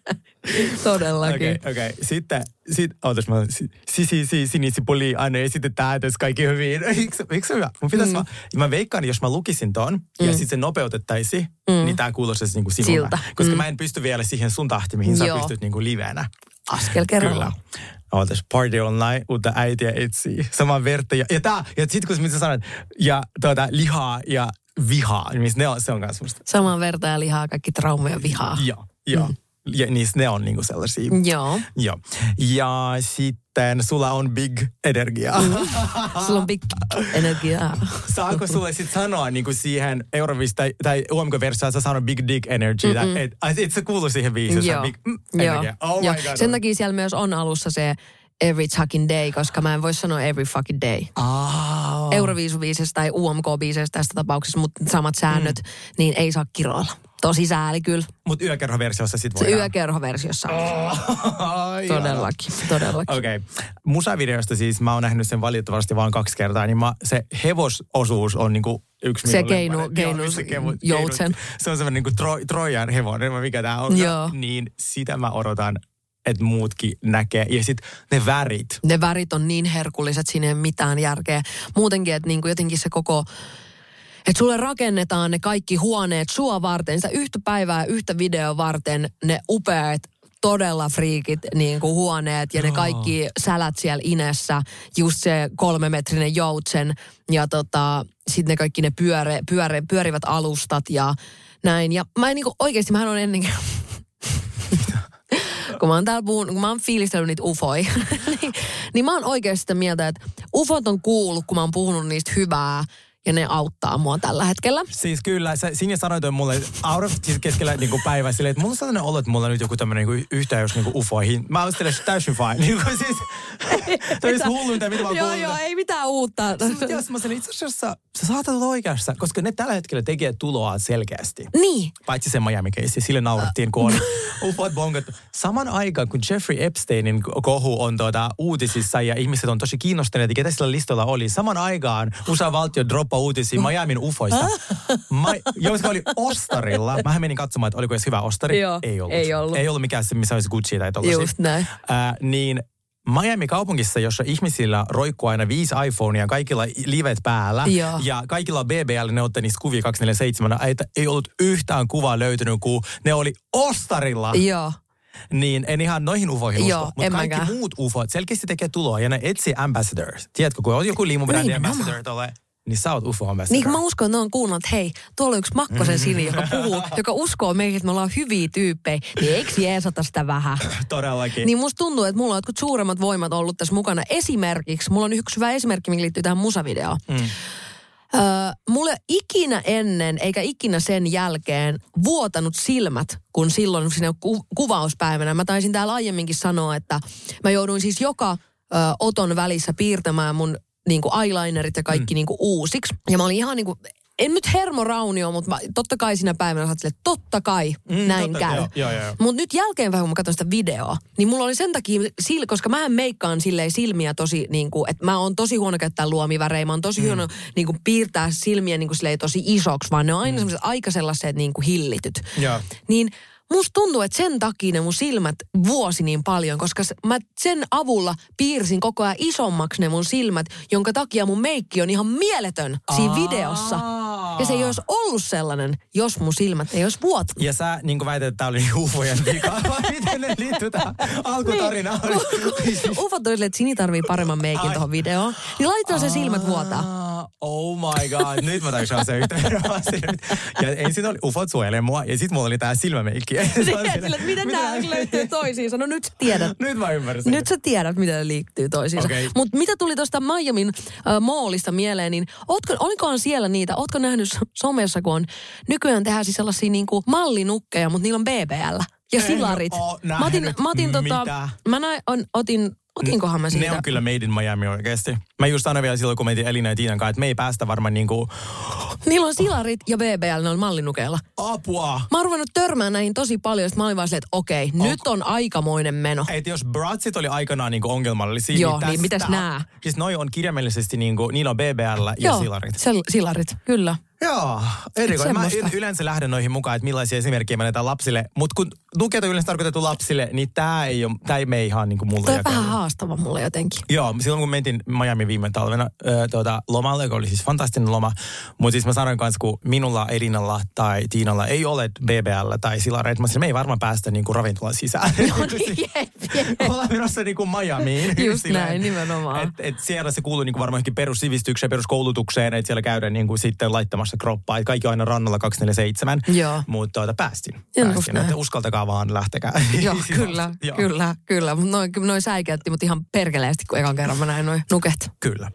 Todellakin. Okei. Sitten ootas mä, sinisipuli aina esitetään, että kaikki hyvin. Eikö se hyvä? Mun pitäisi vaan, mä veikkaan, jos mä lukisin ton ja sitten se nopeutettaisiin, niin tää kuulostaisi niinku sinulle. Koska mä en pysty vielä siihen sun tahtiin, mihin sä pystyt niinku livenä. Askel kerrallaan. Kyllä. Ootas, party online, uutta äitiä etsii. Saman verta. Ja sit kun sä sanoit, ja lihaa ja vihaa, niin se on kans musta. Saman verta ja lihaa, kaikki traumoja vihaa. Joo. Ja niissä ne on niinku sellaisia. Joo. Ja sitten sulla on big energiaa. Sulla on big energiaa. Saako sulle sitten sanoa niinku siihen Eurovista tai UMK-versioon, sä sanoo big dick energy, että se kuuluu siihen biisiin. Joo. Energia. Oh my God. Sen takia siellä myös on alussa se every fucking day, koska mä en voi sanoa every fucking day. Euroviisubiisesta tai UMK-biisestä tässä tapauksessa, mutta samat säännöt, niin ei saa kiroilla. Tosi sääli kyllä. Mutta yökerhoversiossa sit voidaan. Se yökerhoversiossa. Todellakin. Okei. Musavideosta siis mä oon nähnyt sen valitettavasti vaan 2 kertaa, niin se hevososuus on niinku yksi se keinu joutsen. Se on semmoinen niinku Trojan hevonen, mikä tää on. Joo. Niin sitä mä odotan, että muutkin näkee. Ja sitten ne värit. Ne värit on niin herkulliset, siinä ei ole mitään järkeä. Muutenkin, että niinku jotenkin se koko... Että sulle rakennetaan ne kaikki huoneet sua varten, sitä yhtä päivää, yhtä videoa varten, ne upeat, todella friikit niin kuin huoneet ja ne kaikki sälät siellä Inessä, just se 3-metrinen joutsen ja sitten ne kaikki ne pyörivät alustat ja näin. Ja mä en niinku oikeasti, mähän on ennenkin... kun mä oon täällä kun mä oon fiilistellyt niitä ufoja, niin mä oon oikeasti sitä mieltä, että ufot on kuullut, kun mä oon puhunut niistä hyvää, ja ne auttaa mua tällä hetkellä. Siis kyllä, Sinja sanoi mulle siis keskellä niinku päivää silleen, että mulla on sellainen olo, että mulla on nyt joku tämmöinen niinku yhteys niinku ufoihin. Mä oon silleen täysin fine. Niinku siis, toi olisi hulluinta, mitä mä oon kuullut. Joo, ei mitään uutta. Jos mä sanoin, itse asiassa sä saatat olla oikeassa, koska ne tällä hetkellä tekee tuloa selkeästi. Niin. Paitsi sen Miami-keissi, sille naurattiin, kun oli ufot bongot. Saman aikaan, kun Jeffrey Epsteinin kohu on uutisissa ja ihmiset on tosi kiinnostuneita, ketä sillä listalla oli, saman aikaan USA-valtio droppaa uutisia Miamin ufoista. Jotka oli ostarilla. Mähän menin katsomaan, että oliko edes hyvä ostari. Joo, ei ollut. Ei ollut mikään se, missä olisi Gucci tai tollaisia. Just näin. Niin Miami-kaupungissa, jossa ihmisillä roikkuu aina 5 iPhonea, kaikilla livet päällä. Joo. Ja kaikilla on BBL, ne otti niistä kuvia 247. Ei ollut yhtään kuvaa löytynyt, kun ne oli ostarilla. Joo. Niin en ihan noihin ufoihin usko. Mutta kaikki mäkään. muut ufot selkeästi tekee tuloa ja ne etsii ambassadors. Tiedätkö, kun on joku liimubrändi ambassador niin sä oot ufo-ambassador. Niin mä uskon, että ne on kuunnut, että hei, tuolla on yksi Makkosen Sini, joka puhuu, joka uskoo meihin, että me ollaan hyviä tyyppejä. Niin eikö jeesata sitä vähän? Todellakin. Niin musta tuntuu, että mulla on jotkut suuremmat voimat ollut tässä mukana. Esimerkiksi, mulla on yksi hyvä esimerkki, mikä liittyy tähän musavideoon. Mulla ei ikinä ennen, eikä ikinä sen jälkeen vuotanut silmät, kun silloin siinä kuvauspäivänä. Mä taisin täällä aiemminkin sanoa, että mä jouduin siis joka oton välissä piirtämään mun niinku eyelinerit ja kaikki niinku uusiksi. Ja mä olin ihan niinku, en nyt hermoraunio, mutta totta kai siinä päivänä saat silleen, totta kai näin käy. Mutta nyt jälkeenpäin, kun mä katson sitä videoa, niin mulla oli sen takia, koska mähän meikkaan silleen silmiä tosi niinku, että mä oon tosi huono käyttää luomivärejä, mä oon tosi huono niinku piirtää silmiä niinku silleen tosi isoksi, vaan ne on aina sellaiset aika sellaiset niinku hillityt. Niin musta tuntuu, että sen takia ne mun silmät vuosi niin paljon, koska mä sen avulla piirsin koko ajan isommaksi ne mun silmät, jonka takia mun meikki on ihan mieletön siinä videossa. Ja se ei olisi ollut sellainen, jos mun silmät ei olisi vuotanut. Ja sä niin kuin väität, että tää oli ufojen vika. Miten ne liittyy tähän alkutarinaan? Ufot on että Sini tarvii paremman meikin tuohon videoon. Niin laitetaan se silmät vuotaa. Oh my god, nyt mä tajusin se yhteen. Ja ensin oli ufot suojelemaan mua ja sit mulla oli tää silmämeikki. Miten nämä löytyy toisiinsa? No nyt sä tiedät. Nyt mä ymmärsin. Nyt sä tiedät, miten ne liittyy toisiinsa. Okay. Mutta mitä tuli tuosta Miamin mallista mieleen, niin olikohan siellä niitä, ootko nähnyt somessa, kun on nykyään tehdään siis sellaisia niinku mallinukkeja, mutta niillä on BBL ja silarit. Otinkohan mä siitä? Ne on kyllä made in Miami oikeasti. Mä just aina vielä silloin, kun meitin Elina ja Tiinan kanssa, että me ei päästä varmaan niinku... Niillä on silarit ja BBL, ne on mallinukeilla. Apua! Mä oon ruvennut törmään näihin tosi paljon, että mä olin vaan silleen, että okei, nyt on aikamoinen meno. Et jos bratsit oli aikanaan niinku ongelmallisia, joo, niin mitäs nää? Siis noi on kirjaimellisesti niinku, niillä on BBL ja silarit. Silarit, kyllä. Joo, erikoinen. Mä semmoista. yleensä lähden noihin mukaan, että millaisia esimerkkejä me annetaan lapsille. Mutta kun lukijoita yleensä tarkoitettu lapsille, niin tää ei mene ihan niin kuin mulle. Toi on vähän haastava mulle jotenkin. Joo, silloin kun mentiin Miami viime talvena lomalle, joka oli siis fantastinen loma. Mutta siis mä sanoin kanssa, kun minulla, Elinalla tai Tiinalla ei ole BBL tai silareita, mä sanoin, me ei varmaan päästä niinku ravintolan sisään. No niin, jep. Ollaan menossa niinku Miamiin. Just näin, nimenomaan. Et siellä se kuuluu niinku varmaan perussivistykseen, peruskoulutukseen, että siellä käydään niinku sitten laittamassa kroppaa. Et kaikki on aina rannalla 247. Joo. Mutta päästin. Että uskaltakaa vaan, lähtekää. Joo, kyllä. Noi säikäytti mut ihan perkeleesti, kun ekan kerran mä näin noi nuket. Kyllä.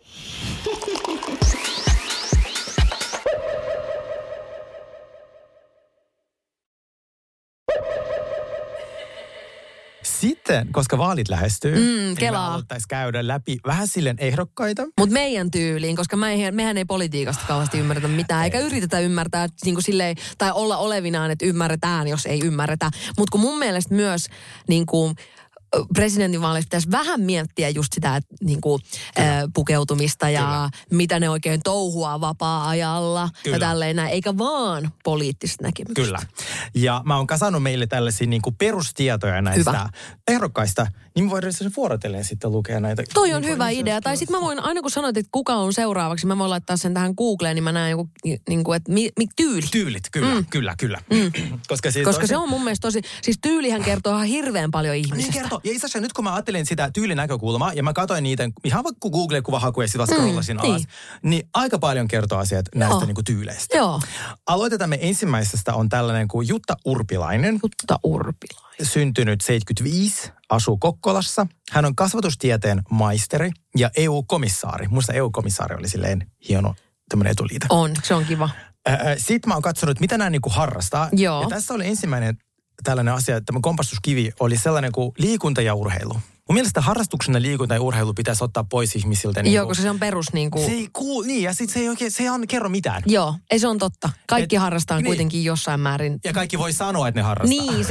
Sitten, koska vaalit lähestyy, niin me haluttaisiin käydä läpi vähän silleen ehdokkaita. Mutta meidän tyyliin, koska mehän ei politiikasta kauheasti ymmärretä mitään, eikä yritetä ymmärtää niin kuin silleen, tai olla olevinaan, että ymmärretään, jos ei ymmärretä. Mutta kun mun mielestä myös niin kuin presidentinvaaleissa pitäisi vähän miettiä just sitä että, niin kuin, pukeutumista ja mitä ne oikein touhuaa vapaa-ajalla ja tälleen näin, eikä vaan poliittista näkemystä. Kyllä. Ja mä oon kasannut meille tällaisia niin kuin perustietoja näistä ehdokkaista, niin mä voidaan vuorotellen sitten lukea näitä. Toi on hyvä idea. Tai sitten mä voin, aina kun sanoit, että kuka on seuraavaksi, mä voin laittaa sen tähän Googleen, niin mä näen joku, niin kuin, että tyyli. Tyylit, kyllä. Koska se on mun mielestä tosi, siis tyylihän kertoo ihan hirveän paljon ihmisestä. Niin kertoo. Ja itse asiassa nyt kun mä ajattelin sitä tyylinäkökulmaa, ja mä katsoin niitä ihan vaikka Google-kuvahakuja, sitten scrollasin alas, niin aika paljon kertoo asiat näistä niin kuin tyyleistä. Joo. Aloitetaan me ensimmäisestä on tällainen kuin Jutta Urpilainen. Jutta Urpilainen. Syntynyt 75, asuu Kokkolassa. Hän on kasvatustieteen maisteri ja EU-komissaari. Musta EU-komissaari oli silleen hieno tämmöinen etuliite. On, se on kiva. Sitten mä oon katsonut, mitä nämä niinku harrastaa. Joo. Ja tässä oli ensimmäinen tällainen asia, että tämä kompastuskivi oli sellainen kuin liikunta ja urheilu. Mun mielestä harrastuksena liikunta ja urheilu pitäisi ottaa pois ihmisiltä. Joo, koska se on perus niinku. Se ei niin, ja sitten se ei kerro mitään. Joo, ei se on totta. Kaikki harrastaa kuitenkin jossain määrin. Ja kaikki voi sanoa, että ne harrastaa. Niin,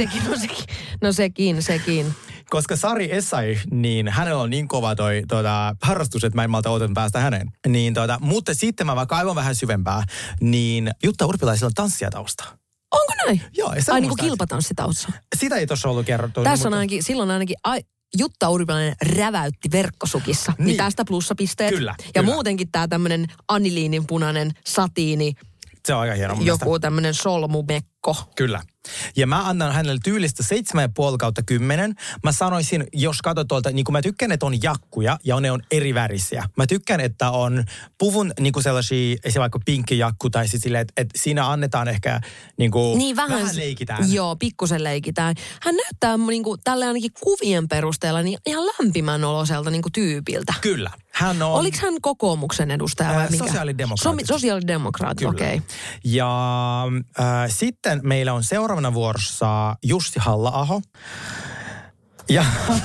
sekin. Koska Sari Essay, niin hänellä on niin kova toi harrastus, että mä en malta odottaa päästä häneen. Niin, mutta sitten mä vaikka aivan vähän syvempää, niin Jutta Urpilaisella on tanssijatausta. Onko näin? Joo. Ai niin kuin kilpatanssitausta. Sitä ei tuossa ollut kerrottu. Tässä on silloin ainakin Jutta Urpilainen räväytti verkkosukissa. Niin tästä plussapisteet. Kyllä. Ja muutenkin tämä tämmöinen aniliinin punainen satiini. Se on aika hieno mun joku tämmöinen solmumekko. Kyllä. Ja mä annan hänelle tyylistä 7,5/10. Mä sanoisin, jos katsot tuolta, niin kun mä tykkään, että on jakkuja ja ne on eri värisiä. Mä tykkään, että on puvun niin kuin sellaisia, esimerkiksi vaikka pinkki jakku tai siis silleen, että siinä annetaan ehkä niin kuin vähän leikitään. Joo, pikkusen leikitään. Hän näyttää niin kuin tällä ainakin kuvien perusteella niin ihan lämpimän oloselta niin kuin tyypiltä. Kyllä. Hän on... Oliko hän kokoomuksen edustaja vai mikä? Sosiaalidemokraatti, okei. Okay. Ja sitten meillä on seuraavana vuorossa Jussi Halla-aho. Ja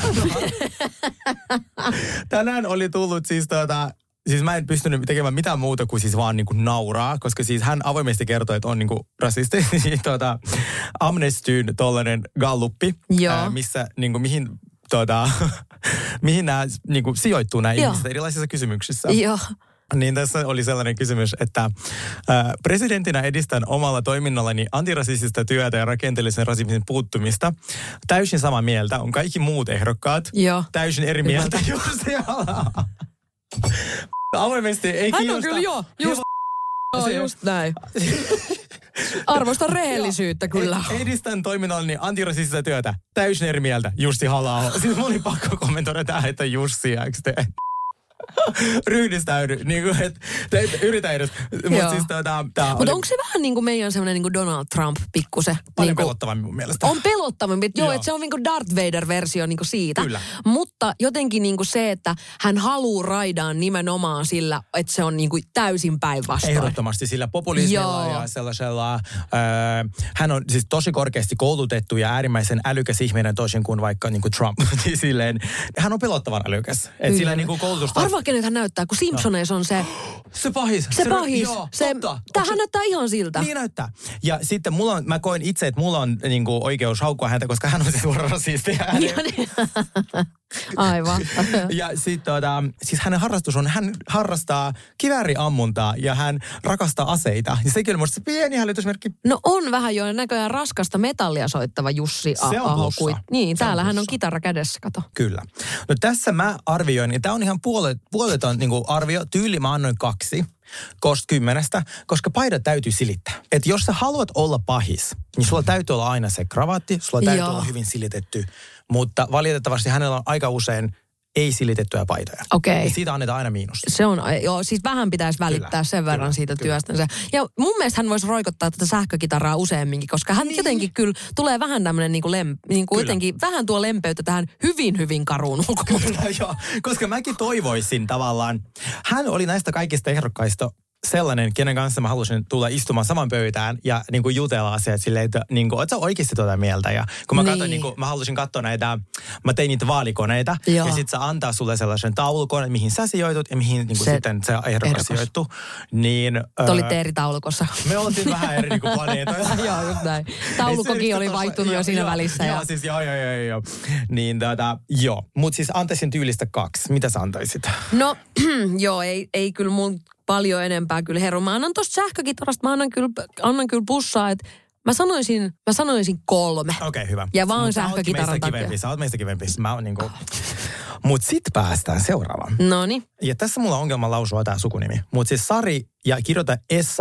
tänään oli tullut siis siis mä en pystynyt tekemään mitään muuta kuin siis vaan niinku nauraa, koska siis hän avoimesti kertoi, että on niinku rasisti. Amnestyn tollainen galluppi, missä niinku mihin nämä niinku sijoittuu nämä ihmiset erilaisissa kysymyksissä. Joo. Niin tässä oli sellainen kysymys, että presidentinä edistän omalla toiminnallani antirasistista työtä ja rakenteellisen rasismin puuttumista. Täysin samaa mieltä on kaikki muut ehdokkaat. Joo. Täysin eri mieltä. Avoimesti ei kiinnosta. Hän on kyllä just näin. Arvostan rehellisyyttä kyllä. Edistän toiminnallani antirasistista työtä. Täysin eri mieltä. Jussi Halla-aho. Siis mun oli pakko kommentoida tähän, että Jussi, eikö te? Ryhdistäydy, niin kuin, että yritä edes. Mutta siis onko se vähän niin kuin meidän semmoinen niin kuin Donald Trump pikkusen? Paljon niin pelottavampi mun mielestä. On pelottavampi, joo, että se on niin kuin Darth Vader-versio niin kuin siitä. Kyllä. Mutta jotenkin niin kuin se, että hän haluaa raidaan nimenomaan sillä, että se on niin kuin täysin päinvastoin. Ehdottomasti sillä populismilla ja sellaisella, hän on siis tosi korkeasti koulutettu ja äärimmäisen älykäs ihminen toisin kuin vaikka niin kuin Trump. Silleen, hän on pelottavan älykäs. Että sillä niin kuin koulutusta... Arvaa, nyt hän näyttää, kun Simpsoneissa on se... Se pahis. Se pahis. Joo, totta. Tämähän näyttää ihan siltä. Niin näyttää. Ja sitten mä koen itse, että mulla on niinku oikeus haukkua häntä, koska hän on se suora rasisti. Aivan. Ja sitten siis hänen harrastus on, hän harrastaa kivääriammuntaa ja hän rakastaa aseita. Ja sekin on musta pieni hälytysmerkki. No on vähän jo näköjään raskasta metallia soittava Jussi Aho. Niin, täällä hän on kitara kädessä, kato. Kyllä. No tässä mä arvioin, ja tämä on ihan puoleton niinku arvio. Tyyli mä annoin 2 10, koska paidat täytyy silittää. Että jos sä haluat olla pahis, niin sulla täytyy olla aina se kravatti, sulla täytyy olla hyvin silitetty. Mutta valitettavasti hänellä on aika usein ei silitettyjä paitoja. Okei. Ja siitä annetaan aina miinus. Se on, siis vähän pitäisi välittää sen verran siitä työstänsä. Ja mun mielestä hän voisi roikottaa tätä sähkökitaraa useamminkin, koska hän jotenkin kyllä tulee vähän tämmöinen jotenkin vähän tuo lempeyttä tähän hyvin karuun ulkomuotoon. Joo, koska mäkin toivoisin tavallaan. Hän oli näistä kaikista ehdokkaista sellainen, kenen kanssa mä halusin tulla istumaan saman pöytään ja niin kuin jutella asiat silleen, että niin kuin, oot sä oikeasti tuota mieltä? Ja kun mä katsoin, niin kuin, mä halusin katsoa mä tein niitä vaalikoneita ja sit se antaa sulle sellaisen taulukon, mihin sä sijoitut ja mihin niin kuin sitten se ehdokas sijoittuu. Niin, te olitte eri taulukossa. Me oltiin vähän eri niin kuin planeetoilla. Joo, just näin. Taulukkokin oli vaihtunut jo siinä välissä. Joo, siis joo. Niin joo. Mutta siis antaisin tyylistä 2. Mitä sä antaisit? No, joo, ei kyllä mun paljon enempää kyllä herro. Mä annan tosta sähkökitarasta, mä annan kyllä pussaa, että mä sanoisin 3. Okei, hyvä. Ja vaan sähkökitaran takia. Sä oot meistä kivempi. Mä oon niinku... Mut sit päästään seuraavaan. Noniin. Ja tässä mulla on ongelma lausua tää sukunimi. Mut siis Sari ja kirjoita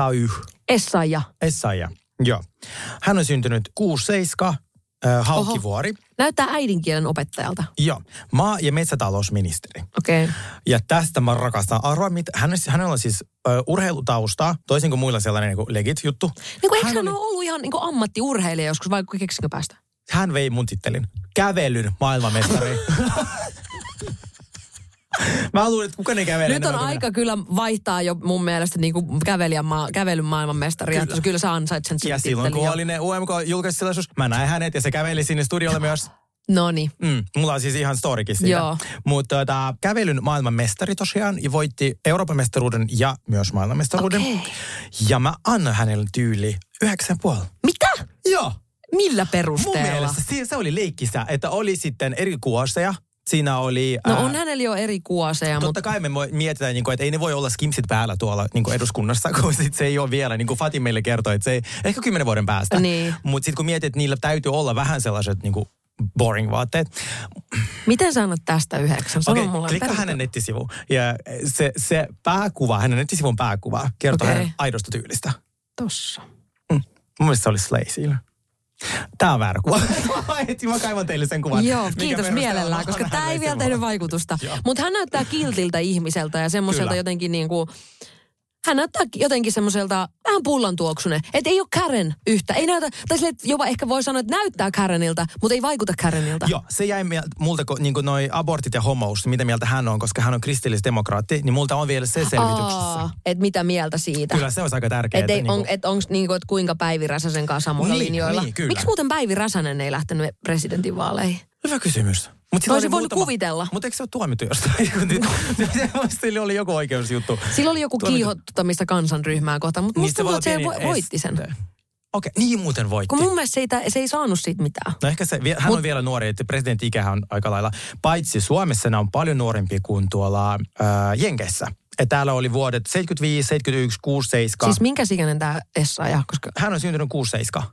Essaja. Joo. Hän on syntynyt 67. Haukkivuori. Näyttää äidinkielen opettajalta. Joo. Maa- ja metsätalousministeri. Okei. Ja tästä mä rakastan. Arvoa, hänellä on siis urheilutaustaa, toisin kuin muilla sellainen niin kuin legit juttu. Niin kuin eikö hän ole ollut ihan niin kuin ammattiurheilija joskus, vai keksikö päästä? Hän vei mun tittelin. Kävelyn maailmanmestari. Mä luulen, että kukaan ei kävele. Nyt on aika kyllä vaihtaa jo mun mielestä niin kuin kävelyn maailmanmestari. Kyllä sä ansait sen ja silloin kun oli ne UMK-julkaisutilaisuus, mä näin hänet ja se käveli sinne studiolle myös. Noniin. Mulla on siis ihan storikin siitä. Joo. Mutta kävelyn maailmanmestari tosiaan ja voitti Euroopan mestaruuden ja myös maailmanmestaruuden. Okay. Ja mä annan hänelle tyyli 9,5. Mitä? Joo. Millä perusteella? Mun mielestä se oli leikkistä, että oli sitten eri kuosseja. Siinä oli... No on hänellä jo eri kuoseja, totta kai me mietitään, että ei ne voi olla skimsit päällä tuolla eduskunnassa, kun se ei ole vielä, niin kuin Fatin meille kertoi, että se ei, ehkä 10 vuoden päästä. Niin. Mutta sitten kun mietit, että niillä täytyy olla vähän sellaiset boring vaatteet. Miten sä annat tästä 9? Okei, klikkaa hänen nettisivuun. Ja se pääkuva, hänen nettisivun pääkuva kertoo hänen aidosta tyylistä. Tossa. Mun mielestä se oli Slay. Tää on väärä kuva. Mä kaivan teille sen kuvan. Joo, kiitos mielellään, koska tää ei vielä tehnyt vaikutusta. Mutta hän näyttää kiltiltä ihmiseltä ja semmoiselta jotenkin niinku... Hän näyttää jotenkin semmoiselta vähän pullantuoksunen. Että ei ole Karen yhtä. Ei näytä, tai silleen, jopa ehkä voi sanoa, että näyttää Karenilta, mutta ei vaikuta Karenilta. Joo, se jäi multa, niin kuin noi abortit ja homous, mitä mieltä hän on, koska hän on kristillisdemokraatti, niin multa on vielä se selvityksessä. Että mitä mieltä siitä. Kyllä, se olisi aika tärkeää. Että onko niinku, että kuinka Päivi Räsäsen kanssa samoilla linjoilla. Niin, kyllä. Miksi muuten Päivi Räsänen ei lähtenyt presidentinvaaleihin? Hyvä kysymys. Olisi voinut kuvitella. Mutta eikö se ole tuomittu jostain? Sillä oli joku oikeusjuttu. Sillä oli joku kiihottamista kansanryhmää kohtaan, mutta musta tuntuu, että se voitti sen. Okei, niin muuten voitti. Kun mun mielestä se ei saanut siitä mitään. No ehkä hän on vielä nuori, että presidentti-ikähän on aika lailla. Paitsi Suomessa nämä on paljon nuorempia kuin tuolla Jenkeissä. Että täällä oli vuodet 75, 71, 67. Siis minkä ikäinen tämä Essaja? Koska... Hän on syntynyt 67.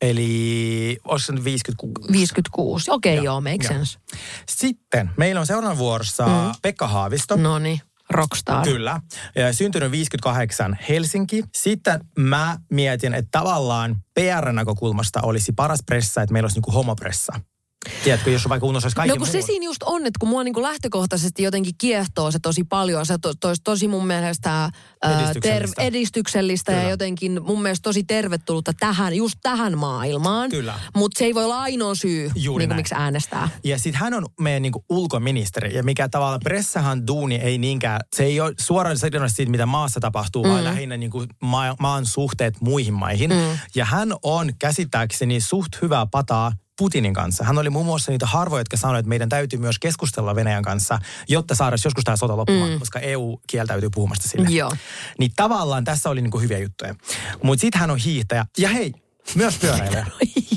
Eli olisi se 56. 56, okei, joo, make sense. Sitten meillä on seuraavan vuorossa Pekka Haavisto. Noniin, rockstar. Kyllä, ja syntynyt 58 Helsinki. Sitten mä mietin, että tavallaan PR-näkökulmasta olisi paras pressa, että meillä olisi niinku homopressa. Tiedätkö, jos vaikka unosaisi kaikki kun se siinä just on, että kun mua niinku lähtökohtaisesti jotenkin kiehtoo se tosi paljon. Se olisi tosi mun mielestä edistyksellistä ja jotenkin mun mielestä tosi tervetullutta just tähän maailmaan. Kyllä. Mutta se ei voi olla ainoa syy, niin miksi äänestää. Ja sitten hän on meidän niinku ulkoministeri. Ja mikä tavallaan pressahan duuni ei niinkään, se ei ole suoraan siitä, mitä maassa tapahtuu, vaan lähinnä niinku maan suhteet muihin maihin. Ja hän on käsittääkseni suht hyvää pataa Putinin kanssa. Hän oli muun muassa niitä harvoja, jotka sanoivat, että meidän täytyy myös keskustella Venäjän kanssa, jotta saadaan joskus tämä sota loppumaan, koska EU kieltäytyy puhumasta sille. Joo. Niin tavallaan tässä oli niinku hyviä juttuja. Mutta sitten hän on hiihtäjä. Ja hei, myös pyöräilijä.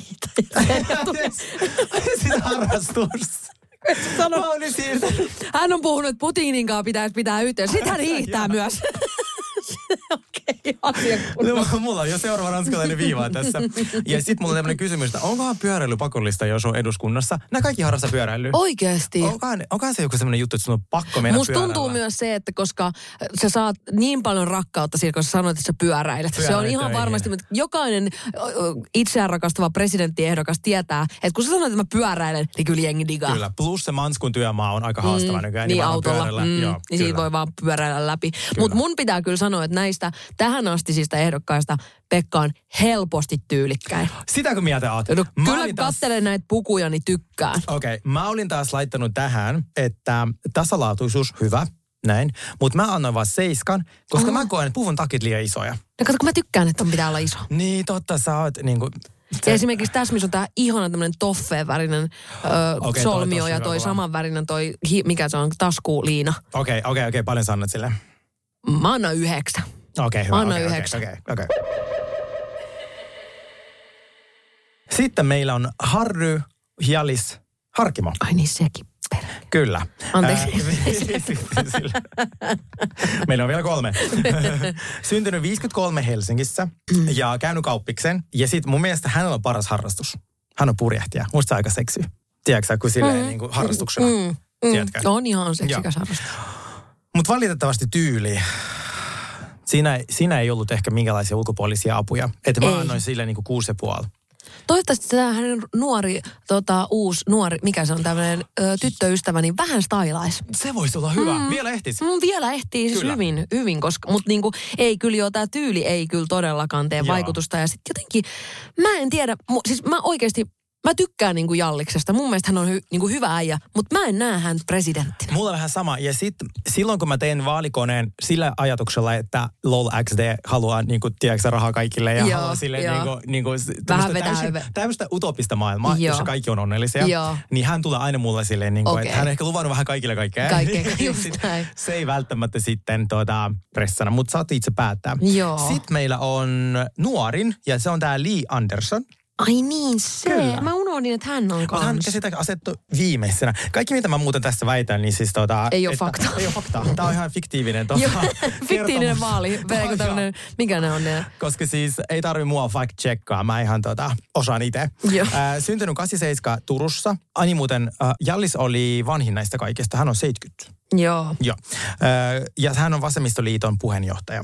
Sitä harrastus. Hän on puhunut, että Putinin kanssa pitäisi pitää yhteen. Sitten hän hiihtää myös. Okei, asia no, mulla on jo seuraava ranskalainen viiva tässä. Ja sitten mulla on tämmöinen kysymys, että onkohan pyöräily pakollista, jos on eduskunnassa? Nämä kaikki harrastaa pyöräilyä. Oikeasti. Onkohan se joku semmoinen juttu, että sun on pakko mennä musta pyörällä? Tuntuu myös se, että koska sä saat niin paljon rakkautta siitä, kun sä sanoit, että sä pyöräilet. Se on ihan varmasti, mutta jokainen itseään rakastava presidenttiehdokas tietää, että kun sä sanoit, että mä pyöräilen, niin kyllä jengi digaa. Kyllä, plus se Manskun työmaa on aika haastava nykyään. Niin autolla, Joo, niin siitä voi vaan pyöräillä läpi. Mutta mun pitää kyllä sanoa, että näistä tähän astisista ehdokkaista Pekka on helposti tyylikkäin. Sitäkö mieltä oot? No, kyllä katselen näitä pukuja, niin tykkään. Okei, mä olin taas laittanut tähän, että tasalaatuisuus, hyvä, näin. Mutta mä annoin vaan 7, koska mä koen, että puvun takit liian isoja. No kato, kun mä tykkään, että on pitää olla iso. Niin, totta, sä oot niinku... Ja esimerkiksi tässä, missä on tää ihana tämmönen toffeen-värinen solmio ja toi saman värinen mikä se on, taskuliina. Okei, paljon sä annat sille? Mä annan 9. Okei, hyvä. Anna 9. Okei. Sitten meillä on Harry Hjallis Harkimo. Ai niin, sekin perä. Kyllä. Anteeksi. Meillä on vielä 3. Syntynyt 53 Helsingissä ja käynyt kauppiksen. Ja sitten mun mielestä hänellä on paras harrastus. Hän on purjehtija. Musta aika seksy. Tiedätkö kun silleen niin kuin harrastuksena? Tiedätkö? On ihan seksikäs harrastus. Mutta valitettavasti tyyli. Siinä ei ollut ehkä minkälaisia ulkopuolisia apuja. Että mä annoin sille niin kuin 6,5. Toivottavasti tämä hänen uusi nuori, mikä se on tämmöinen tyttöystävä, niin vähän stylaisi. Se voisi olla hyvä. Vielä ehtisi. Vielä ehtii siis hyvin, koska, mutta niinku, ei kyllä jo, tämä tyyli ei kyllä todellakaan tee vaikutusta. Ja sitten jotenkin, mä en tiedä, siis mä oikeasti, mä tykkään niinku Jalliksesta. Mun mielestä hän on niinku hyvä äijä, mutta mä en näe hän presidenttinä. Mulla on vähän sama. Ja sitten silloin, kun mä tein vaalikoneen sillä ajatuksella, että LOL XD haluaa niinku, tiedätkö rahaa kaikille ja haluaa silleen niinku vähän tämmöistä utopista maailmaa, jossa kaikki on onnellisia. Niin hän tulee aina mulle silleen, niinku, että hän on ehkä luvannut vähän kaikille kaikkea. Just näin. Se ei välttämättä sitten pressana, mutta saat itse päättää. Joo. Sitten meillä on nuorin ja se on tää Li Andersson. Ai niin, se. Kyllä. Mä unohdin, että hän on kanssa. Hän sitä asettu viimeisenä. Kaikki, mitä mä muuten tässä väitän, niin siis Ei ole fakta. Ei ole fakta. Tää on ihan fiktiivinen fiktiivinen vaali. Mikä ne on ne? Koska siis ei tarvi mua fact-checkaa. Mä ihan osaan itse. Syntynyt 87 Turussa. Ani muuten, Hjallis oli vanhin näistä kaikista. Hän on 70. Joo. Ja hän on Vasemmistoliiton puheenjohtaja.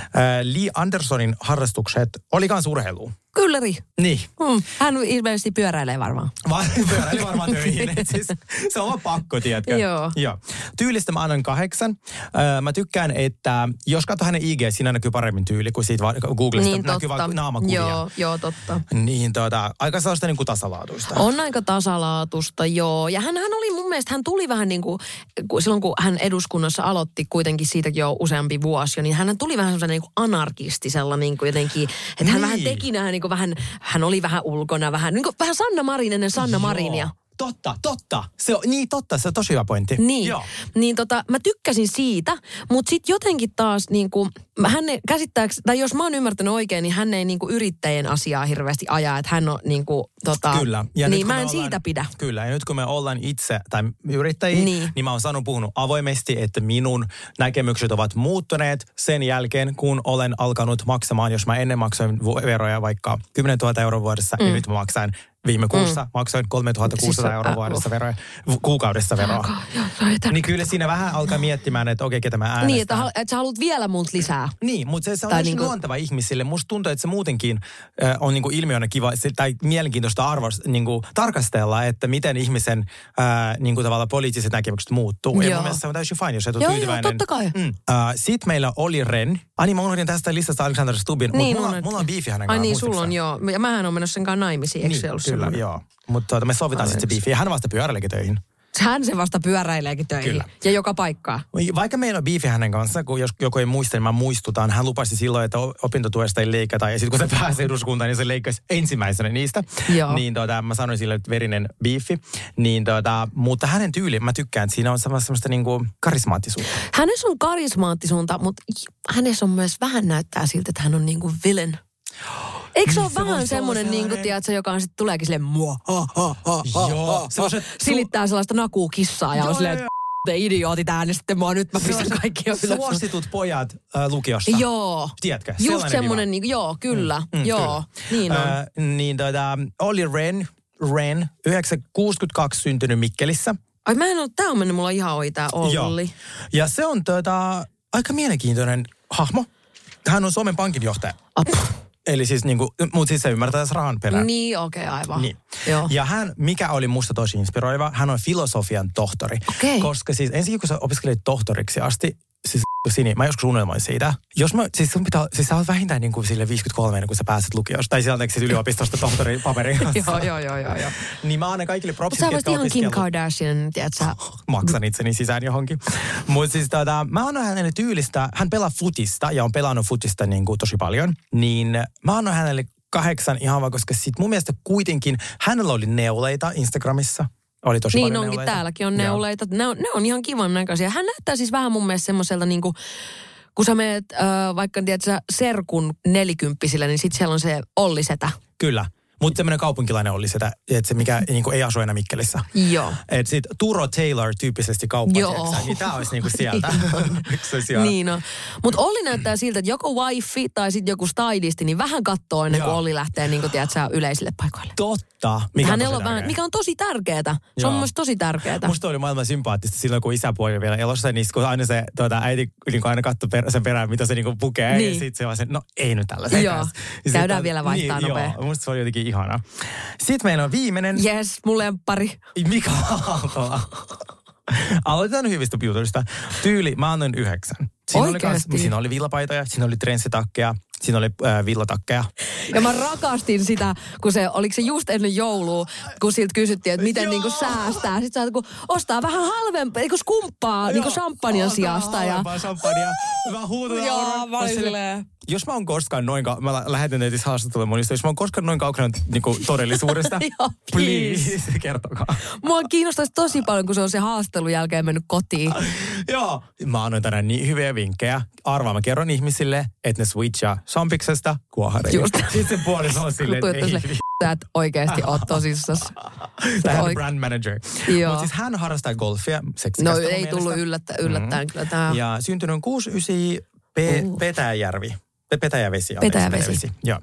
Li Anderssonin harrastukset oli kans urheilua. Kylläri. Niin. Hän ilmeisesti pyöräilee varmaan. Pyöräilee varmaan töihin. Siis, se on vaan pakko, tiedätkö? Joo. Tyylistä mä annan 8. Mä tykkään, että jos katsoo hänen IG, siinä näkyy paremmin tyyli kuin siitä Googlesta. Niin, näkyy vaan naamakuvia. Joo, totta. Niin aika sellaista niin kuin tasalaatuista. On aika tasalaatusta, joo. Ja hän oli mun mielestä, hän tuli vähän niin kuin, silloin kun hän eduskunnassa aloitti kuitenkin siitäkin jo useampi vuosi jo, niin hän tuli vähän semmoisen niin kuin anarkistisella niin kuin jotenkin, että hän vähän teki nämä niin kuin hän oli vähän ulkona, vähän Sanna Marin ennen Sanna Marinia. Totta. Se on tosi hyvä pointti. Niin, joo. Niin mä tykkäsin siitä, mutta sitten jotenkin taas niinku, hän käsittääkseni, tai jos mä oon ymmärtänyt oikein, niin hän ei niinku yrittäjien asiaa hirveästi ajaa, että hän on niinku Kyllä. Ja niin mä en siitä pidä. Kyllä, ja nyt kun me ollaan itse, tai yrittäjiä, niin mä oon puhunut avoimesti, että minun näkemykset ovat muuttuneet sen jälkeen, kun olen alkanut maksamaan, jos mä ennen maksoin veroja vaikka 10 000 euroa vuodessa, niin nyt mä maksain viime kuussa maksoin 3 600 euroa vuodessa kuukaudessa veroa. Niin kyllä siinä vähän alkaa miettimään, että okei, ketä mä äänestän. Niin, että sä haluat vielä multa lisää. Niin, mutta se on niinku luonteva ihmisille. Musta tuntuu, että se muutenkin on niinku ilmiönä kiva tai mielenkiintoista tarkastella, että miten ihmisen niinku tavallaan poliittiset näkemykset muuttuu. Ja mun mielestä se on täysin fine, jos et ole tyytyväinen. Joo, totta kai. Sitten meillä oli Ren. Mä unohdin tästä listasta Alexander Stubbin, mutta mulla on beefi hänen kanssaan. Ai niin, sulla on joo. Ja mähän on menossa sen kanssa naimisiin, eikö se ollut? Kyllä, joo. Mutta me sovitaan sitten se beefi. Ja hän vasta pyöräilekin töihin. Hän se vasta pyöräileekin töihin. Kyllä. Ja joka paikkaa. Vaikka meillä on biifi hänen kanssa, kun jos joku ei muista, niin mä muistutan. Hän lupasi silloin, että opintotuesta ei leikata. Ja sitten kun se pääsee eduskuntaan, niin se leikkaisi ensimmäisenä niistä. Joo. Niin mä sanoin sille, että verinen biifi. Niin mutta hänen tyyli, mä tykkään, että siinä on semmoista niinku karismaattisuutta. Hänessä on karismaattisuutta, mutta hänessä on myös vähän näyttää siltä, että hän on niinku villain. Eikö se ole vähän semmoinen, niin kuin, tiedätkö, joka on sitten tuleekin silleen Joo. silittää sellaista nakuu kissaa ja on silleen, te idiootit äänestitte mua, nyt mä pistän kaikki ylös. Suositut pojat lukiossa. Joo. Tiedätkö? Just semmoinen, niin, joo, kyllä. Joo, kyllä. Niin on. Olli Rehn, 1962 syntynyt Mikkelissä. Ai mä en ole, tää on mennyt mulla ihan ohi tää Olli. Joo. Ja se on aika mielenkiintoinen hahmo. Hän on Suomen Pankin johtaja. Eli siis niinku, mutta siis se ymmärtää tässä rahan perään. Niin, okei, aivan. Niin. Joo. Ja hän, mikä oli musta tosi inspiroiva, hän on filosofian tohtori. Okei. Koska siis ensin kun sä opiskelit tohtoriksi asti, siis Sini, mä joskus unelmoin siitä. Jos mä, siis sun pitää, siis sä oot vähintään niin kuin sille 53, kun sä pääset lukiosta. Tai sieltä siis yliopistosta tohtoripaperin kanssa. Joo. Niin mä annan kaikille propsit, ketkä opiskellut. Sä voit ihan Kim Kardashian, tiedätkö? Maksan itseni sisään johonkin. Mutta siis mä annan hänelle tyylistä, hän pelaa futista ja on pelannut futista niin kuin tosi paljon. Niin mä annan hänelle 8 ihan vaan, koska sit mun mielestä kuitenkin hänellä oli neuleita Instagramissa. Oli tosi niin paljon onkin, neuleita. täälläkin on neuleita. Ne on ihan kivan näköisiä. Hän näyttää siis vähän mun mielestä semmoiselta niinku, kun sä meet vaikka tiedätkö, serkun 40-sillä, niin sit siellä on se Olli-setä. Kyllä. Mutta semmoinen kaupunkilainen oli sitä, että se mikä niinku ei asu enää Mikkelissä. Joo. Että sit Turo Taylor tyyppisesti kauppa, joo. Niin tää olisi niinku sieltä. Niin on. Mutta Olli näyttää siltä, että joko wifi tai sitten joku stylisti, niin vähän kattoo ennen kuin Olli lähtee niinku, tiedätkö, yleisille paikoille. Totta. Mikä on tosi tärkeetä. Se on myös tosi tärkeetä. Musta oli maailman sympaattista silloin, kun isäpuoli oli vielä elossa, niin kun aina se äiti niin aina katsoi sen perään, mitä se niinku pukee. Niin. Ja sitten se vaan se, no ei nyt tällaisen. Joo. Käydään vielä vaihtaa nopea. Joo, musta se oli jotenkin ihana. Sitten meillä on viimeinen. Yes, mun lemppari. Mika Aaltola. Aloitetaan hyvistä jutuista. Tyyli, mä annoin 9. Siinä oli villapaitoja, siinä oli trenssitakkeja, siinä oli villatakkeja. Ja mä rakastin sitä, kun oliko se just ennen joulua, kun siltä kysyttiin, että miten niinku säästää. Sitten sä ostaa vähän halvempaa, niinku skumppaa, niinku champagnen sijasta. Halvempaa champagnea. Mä huutan. Jos mä oon koskaan mä lähetän teitä haastatteluun jos mä oon koskaan noin kaukana niinku todellisuudesta, please, kertokaa. Mua kiinnostaisi tosi paljon, kun se on se haastattelun jälkeen mennyt kotiin. Joo. Mä annoin tänään niin hyviä vinkkejä. Arvaa, mä kerron ihmisille, että ne switchaa champiksesta kuohareen. Just. Sitten se puoliso on silleen, että ei. Sä et oikeasti ole tosissas. Tämä on brand manager. Mutta siis hän harrastaa golfia. No ei tullut yllättäen kyllä tämä. Ja syntynyt on 69 Petäjävesi. Petäjävesi. Joo.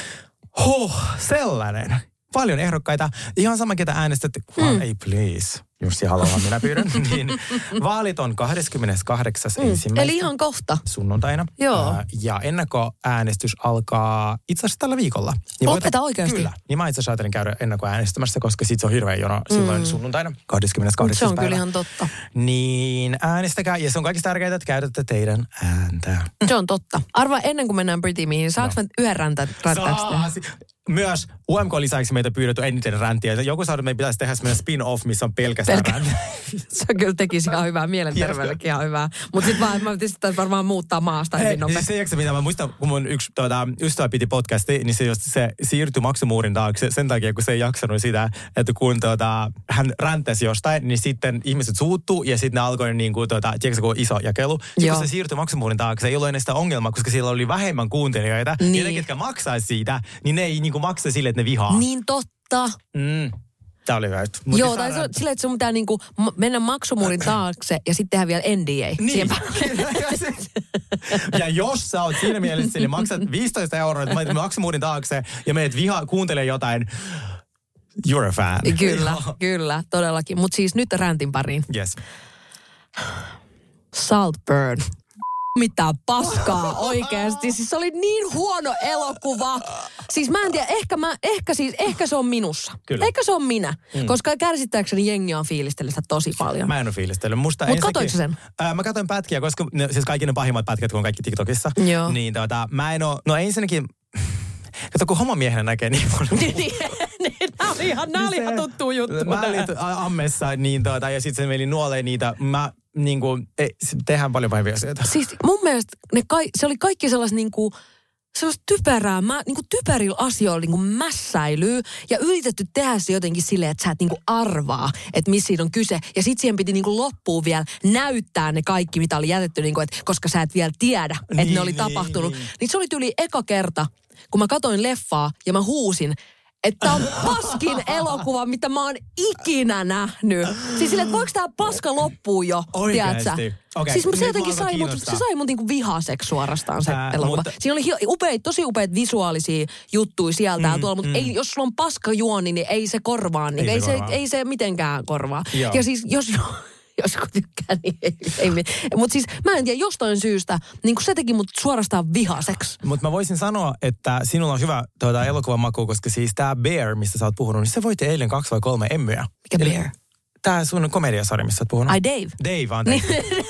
Sellainen. Paljon ehdokkaita. Ihan sama, ketä äänestätte. Ei please. Jussi Halla-aho minä pyydän. Niin, vaalit on 28.1. Eli ihan kohta. Sunnuntaina. Joo. Ja ennakkoäänestys alkaa itse asiassa tällä viikolla. Niin oikeasti? Kyllä. Niin mä itse asiassa ajattelin käydä ennakkoäänestämässä, koska sit se on hirveä jono silloin sunnuntaina 28. Se on päivä. kyllä ihan totta. Niin äänestäkää. Ja se on kaikista tärkeää, että käytätte teidän ääntä. Se on totta. Arva ennen kuin mennään Pretty Meihin, saanko mä yhden räntäksi? Myös UMK-lisäksi meitä pyydetty eniten räntiä. Joku sanoi, että meidän pitäisi tehdä semmoinen spin-off, missä on pelkästään räntiä. Se kyllä tekisi ihan hyvää, mielenterveydellekin ihan hyvää. Mutta sitten vaan, mä pitäisi varmaan muuttaa maasta hyvin nopeasti. Se, mitä mä muistan, kun mun yksi ystävä piti podcasti, niin se siirtyi maksumuurin taakse sen takia, kun se ei jaksanut sitä, että kun hän räntäsi jostain, niin sitten ihmiset suuttuu ja sitten ne alkoi niin kuin, tiedätkö, kun iso jakelu. Sitten kun se siirtyi maksumuurin taakse, ei ollut enää sitä ongelmaa, koska siellä oli vähemmän kuuntelijoita. Niin. Ja ne, ketkä maksaisi siitä, niin ne ei niin kuin maksa sille, että ne vihaa. Niin totta. Tämä oli hyvä. Joo, tai se on silleen, että sun pitää niinku mennä maksumuurin taakse ja sitten tehdä vielä NDA. Niin. Ja jos sä oot siinä mielessä, niin maksat 15 €, että menet maksumuurin taakse ja menet kuuntelee jotain, you're a fan. Kyllä, todellakin. Mutta siis nyt räntin pariin. Yes. Saltburn. Mitään paskaa oikeasti. Siis se oli niin huono elokuva. Siis mä en tiedä, ehkä se on minussa. Kyllä. Ehkä se on minä. Koska käsittääkseni jengi on fiilistellyt sitä tosi paljon. Mä en ole fiilistellyt. Mutta katsoitko sen? Mä katsoin pätkiä, koska siis kaikki ne pahimmat pätkät, kun on kaikki TikTokissa. Joo. Niin mä en ole, no ensinnäkin, kato kun homomiehenä näkee niin paljon. Nämä oli ihan tuttu juttu. Mä olin ammessa niin ja sitten se meni nuoleen niitä. Mä niinku, tehdään paljon pahempia asioita. Siis mun mielestä se oli kaikki sellaista niinku, sellaista typerää, niinku typerillä asioilla niinku mässäilyä ja yritetty tehdä se jotenkin silleen, että sä et niinku arvaa, että missä siitä on kyse. Ja sit siihen piti niinku loppuun vielä näyttää ne kaikki, mitä oli jätetty, niinku, koska sä et vielä tiedä, että ne oli tapahtunut. Niin se oli tyyli eka kerta, kun mä katoin leffaa ja mä huusin, että on paskin elokuva, mitä mä oon ikinä nähnyt. Siis silleen, että voiko tää paska loppuu jo, tiedätkö? Okay. Siis se jotenkin sai mut niinku vihaseksi suorastaan se elokuva. Siinä oli tosi upeita visuaalisia juttuja sieltä ja tuolla, mutta ei, jos sulla on paska juoni, niin ei se korvaa. Niin ei se mitenkään korvaa. Joo. Ja siis jos tykkää, niin ei. Mutta siis mä en tiedä, jostain syystä, niin kuin se teki mut suorastaan vihaseksi. Mutta mä voisin sanoa, että sinulla on hyvä elokuvan maku, koska siis tää Bear, mistä sä oot puhunut, niin se voitti eilen 2 vai 3 Emmyä. Mikä Bear? Tää sun komediasarja, missä sä oot puhunut. Ai Dave. Dave, anteeksi.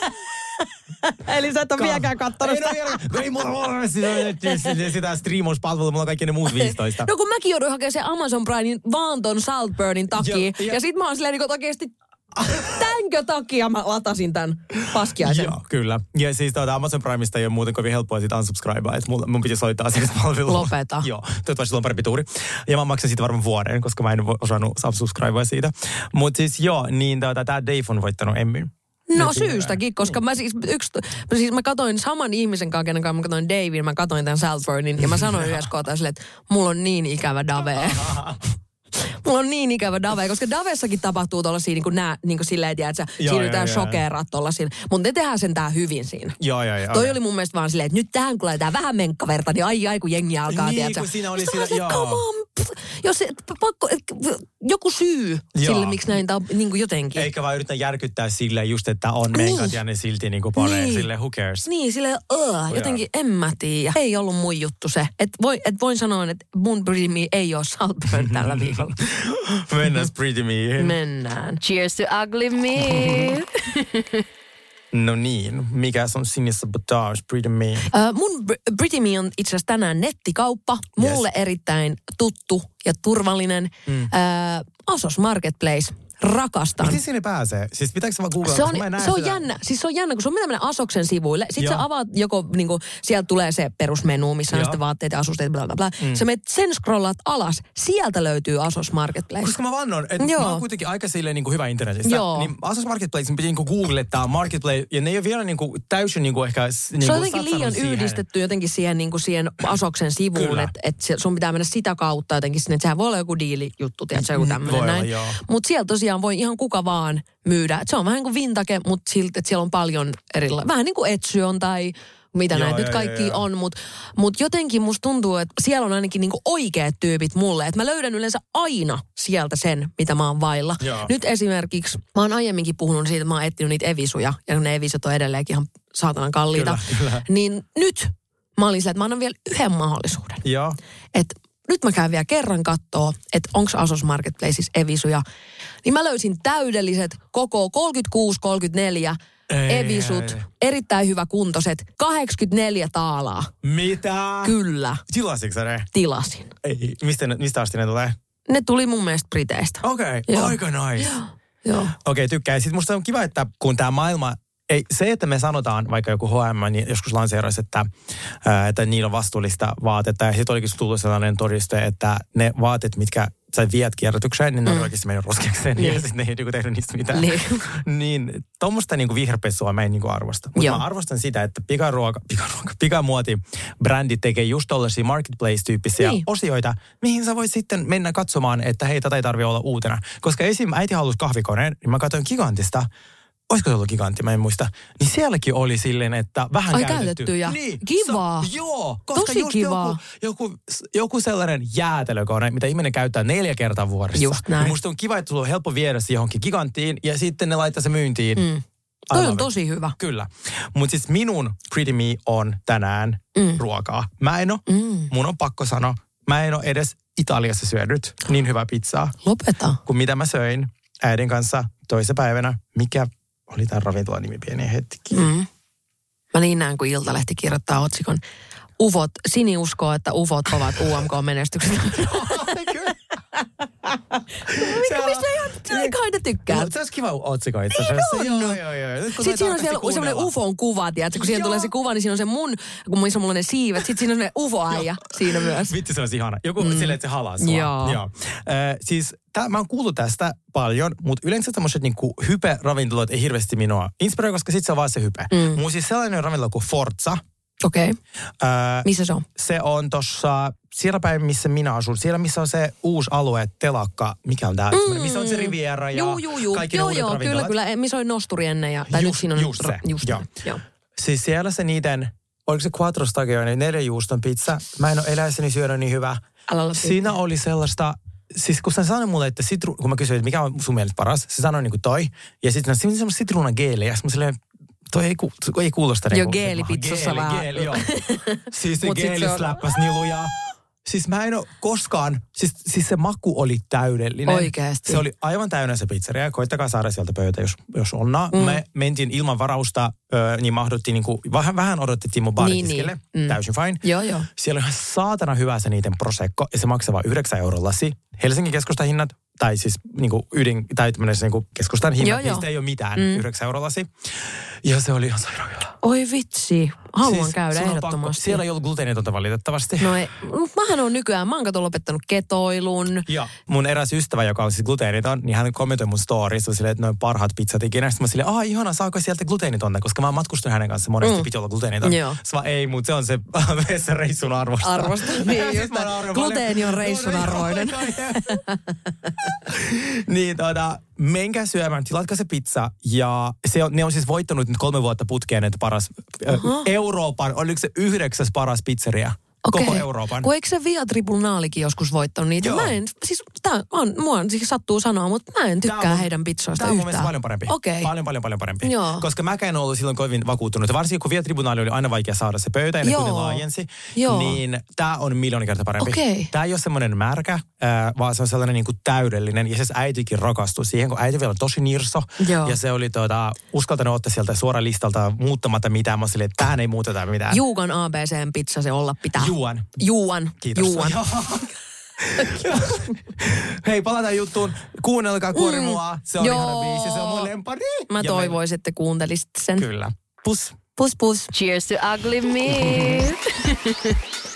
Eli sä et ole vieläkään kattonut sitä. Ei mulla ole sitä striimauspalvelua, mulla on kaikki ne muut 15. No kun mäkin jouduin hakemaan sen Amazon Primein vaan ton Saltburnin takia. Ja sit mä oon silleen niin oikeesti, tänkö takia mä latasin tän paskiaisen? Joo, kyllä. Ja siis Amazon Primeista ei ole muuten kovin helppoa sit unsubscribea, että mun pitäisi soittaa asiakaspalvelua. Lopeta. Joo, toivottavasti sulla on parempi tuuri. Ja mä maksan siitä varmaan vuoden, koska mä en osannut unsubscribea siitä. Mutta siis joo, niin tää Dave on voittanut Emmyn. No syystäkin, koska mä mä katoin saman ihmisen kanssa, kenen kanssa mä katoin Davin, mä katoin tämän Saltburnin ja mä sanoin yhdessä kohtaa silleen, että mulla on niin ikävä Dave. Mulla on niin ikävä Dave, koska Davessakin tapahtuu tollasia niin kuin silleen, että siirrytään shokeerat tollasia. Mutta ne tehdään sentään hyvin siinä. Joo. Toi oli mun mielestä vaan silleen, että nyt tähän kun laitetaan vähän menkkaverta, niin ai kun jengi alkaa, niin, tiedätkö? Kun siinä oli come on, jos pakko, joku syy sille, miksi näin niin kuin jotenkin. Eikä vaan yritä järkyttää silleen just, että on menkat ja ne silti niin kuin panee silleen, who cares? Niin, silleen, jotenkin en mä tiedä. Ei ollut mun juttu se. Voin sanoa, että mun Pretty Me ei ole Saltburn tällä viikolla. Mennään Pretty Me. Mennään. Cheers to ugly me. No niin, mikä on sinne sabotage, Pretty Me? Mun Pretty Me on itse asiassa tänään nettikauppa. Mulle erittäin tuttu ja turvallinen. ASOS Marketplace. Rakastan. Miten sinne pääsee? Siis pitääkö se vaan googlata? Se on jännä. Siis se on jännä, kun sun pitää mennä Asoksen sivuille. Sitten sä avaat joko, niinku, sieltä tulee se perusmenu, missä on sitten vaatteet ja asusteet, bla bla bla. Sä menet sen scrollaat alas. Sieltä löytyy ASOS Marketplace. Koska mä vannon, että mä oon kuitenkin aika silleen niinku hyvä internetistä. Joo. Niin ASOS Marketplace piti niinku googlettaa Marketplace, ja ne ei ole vielä niinku täysin niinku ehkä niinku se on jotenkin liian yhdistetty jotenkin siihen Asoksen sivuun, että sun pitää mennä sitä kautta jotenkin sinne, että sehän voi olla joku diilijuttu, tiedätkö, joku tämmöinen näin. Mutta siellä tosiaan voi ihan kuka vaan myydä. Se on vähän niin kuin vintage, mutta silti, että siellä on paljon erilaisia. Vähän niin kuin Etsy on tai mitä näitä nyt kaikki on. Mutta jotenkin musta tuntuu, että siellä on ainakin niin kuin oikeat tyypit mulle. Että mä löydän yleensä aina sieltä sen, mitä mä oon vailla. Joo. Nyt esimerkiksi, mä oon aiemminkin puhunut siitä, että mä oon etsinyt niitä evisuja. Ja ne evisut on edelleenkin ihan saatanan kalliita. Kyllä. Niin nyt mä olin sillä, että mä annan vielä yhden mahdollisuuden. Joo. Että nyt mä käyn vielä kerran kattoo, että onko ASOS Marketplaceissa evisuja. Niin mä löysin täydelliset koko 36-34 evisut, erittäin hyvä kuntoiset, 84 taalaa. Mitä? Kyllä. Tilasitko sä ne? Tilasin. Ei, mistä asti ne tulee? Ne tuli mun mielestä Briteistä. Okei, aika nice. Joo. Okei, tykkään. Sitten musta on kiva, että kun tää maailma... Ei, se, että me sanotaan, vaikka joku H&M, niin joskus lanseerasi, että niillä on vastuullista vaatetta. Ja sitten olikin tullut sellainen todiste, että ne vaatet, mitkä sä viet kierrätykseen, niin ne on oikeasti mennyt roskekseen. Niin. Ja sitten ne ei niinku tehnyt niistä mitään. Niin tommoista niinku viherpesua mä en niinku arvosta. Mutta mä arvostan sitä, että pikamuoti-brändi tekee just tollaisia marketplace-tyyppisiä osioita, mihin sä voit sitten mennä katsomaan, että hei, tätä ei tarvitse olla uutena. Koska esim. Äiti halusi kahvikoneen, niin mä katsoin Gigantista. Olisiko se ollut Gigantti, mä en muista. Niin sielläkin oli silleen, että vähän käytetty. Niin, kivaa. Koska tosi just kivaa. Joku sellainen jäätelökone, mitä ihminen käyttää 4 kertaa vuodessa. Just näin. Niin musta on kiva, että sulla on helppo viedä se johonkin Giganttiin ja sitten ne laittaa se myyntiin. Toi on tosi hyvä. Kyllä. Mutta siis minun Pretty Me on tänään ruokaa. Mun on pakko sanoa, mä en ole edes Italiassa syönyt niin hyvää pizzaa. Lopeta. Kuin mitä mä söin äidin kanssa toisena päivänä. Mikä oli tämän ravintolan nimi pieni hetki. Mä niin näen, kun Iltalehti kirjoittaa otsikon. Sini uskoo, että ufot ovat UMK-menestykset. Mistä ihan aina tykkää. Se olisi kiva otsikko itse asiassa. Joo. Sitten siinä on siellä semmoinen UFOn kuva, tiedätkö? Kun siihen tulee se kuva, niin siinä on se kun missä on mulla ne siivet. Sitten siinä on se UFO-äijä siinä myös. Vitsi, se olisi ihana. Joku silleen, että se halaa sua. Joo. Siis mä oon kuullut tästä paljon, mutta yleensä tämmöiset niinku hype-ravintolat ei hirveästi minua inspiroi, koska sit se on vaan se hype. Mun siis sellainen ravintola kuin Forza. Okei. Missä se on? Se on tossa siellä päin, missä minä asun. Siellä, missä on se uusi alue, telakka. Mikä on tää? Missä on se Riviera ja kaikki ne uudet ravintolat. Kyllä. Missä oli nosturi ennen. Just se. Siis siellä se niiden, oliko se Quattro Stagioni, 4 juuston pizza. Mä en ole eläissäni syönyt niin hyvä. Siinä oli sellaista. Siis kun sä sanoit mulle, että kun mä kysyin, että mikä on sun mielestä paras, se sanoi niin kuin toi. Ja sitten siinä on semmoista sitruunageeliä. Ja mä silleen, toi ei kuulosta. Joo, geelipizzassa vaan. Geeli, joo. Siis se geeli släppäs niluja. Siis mä en ole koskaan, siis se maku oli täydellinen. Oikeasti. Se oli aivan täynnä se pizzeria. Koittakaa saada sieltä pöytä, jos onnaa. Me mentiin ilman varausta, niin mahduttiin niinku, vähän odotettiin mun baaritiskelle. Täysin fine. Joo. Siellä on ihan saatana hyvä se niiden prosecco, ja se maksaa vain 9 € lasi. Helsingin keskustan hinnat, tai siis niinku tai tämmöinen niinku keskustan hinnat, niistä ei ole mitään, 9 € lasi. Ja se oli ihan sairaan hyvä. Oi vitsi, haluan käydä ehdottomasti. Siellä ei ollut gluteenitonta valitettavasti. No ei, mähän on nykyään, mä oon lopettanut ketoilun. Ja mun eräs ystävä, joka on siis gluteeniton, niin hän kommentoi mun storissa silleen, että noin parhaat pizzat ikinä. Sitten mä silleen, ihana, saako sieltä gluteenitonta? Koska mä oon matkustunut hänen kanssa, monesti piti olla gluteeniton. Ei, mutta se on se reissun arvosta. Niin just, gluteeni on reissun arvoinen. Niin menkää syömään, tilatkaa se pizza. Ja ne on siis voittanut nyt 3 vuotta putkeen, että paras Euroopan, oliko se 9. paras pizzeria? Koko Euroopan. Kun eikö se Via Tribunaalikin joskus voittanut niitä? Mä en, siis mua siis sattuu sanoa, mutta mä en tykkää heidän pizzoista yhtään. Tämä on mun mielestä paljon parempi. Okay. Paljon parempi. Joo. Koska mäkään en ollut silloin kovin vakuuttunut. Varsinkin kun Via Tribunaali oli aina vaikea saada se pöytä, ennen kuin ne laajensi. Niin tää on 1,000,000 kertaa parempi. Okay. Tää ei ole semmoinen märkä, vaan se on sellainen niin kuin täydellinen. Ja siis äitikin rakastui siihen, kun äiti vielä on tosi nirso. Joo. Ja se oli uskaltanut ottaa sieltä suoraan listalta muuttamatta mitään. Mä silleen, että tähän ei muuteta mitään. Juukan ABC:n pizza se olla pitää. Juuan. Kiitos. Juuan. Hei, palataan juttuun. Kuunnelkaa Kuorimua. Se on ihana biisi. Se on mun lempari. Mä toivoisin, että kuuntelisit sen. Kyllä. Pus. Pus. Cheers to ugly me.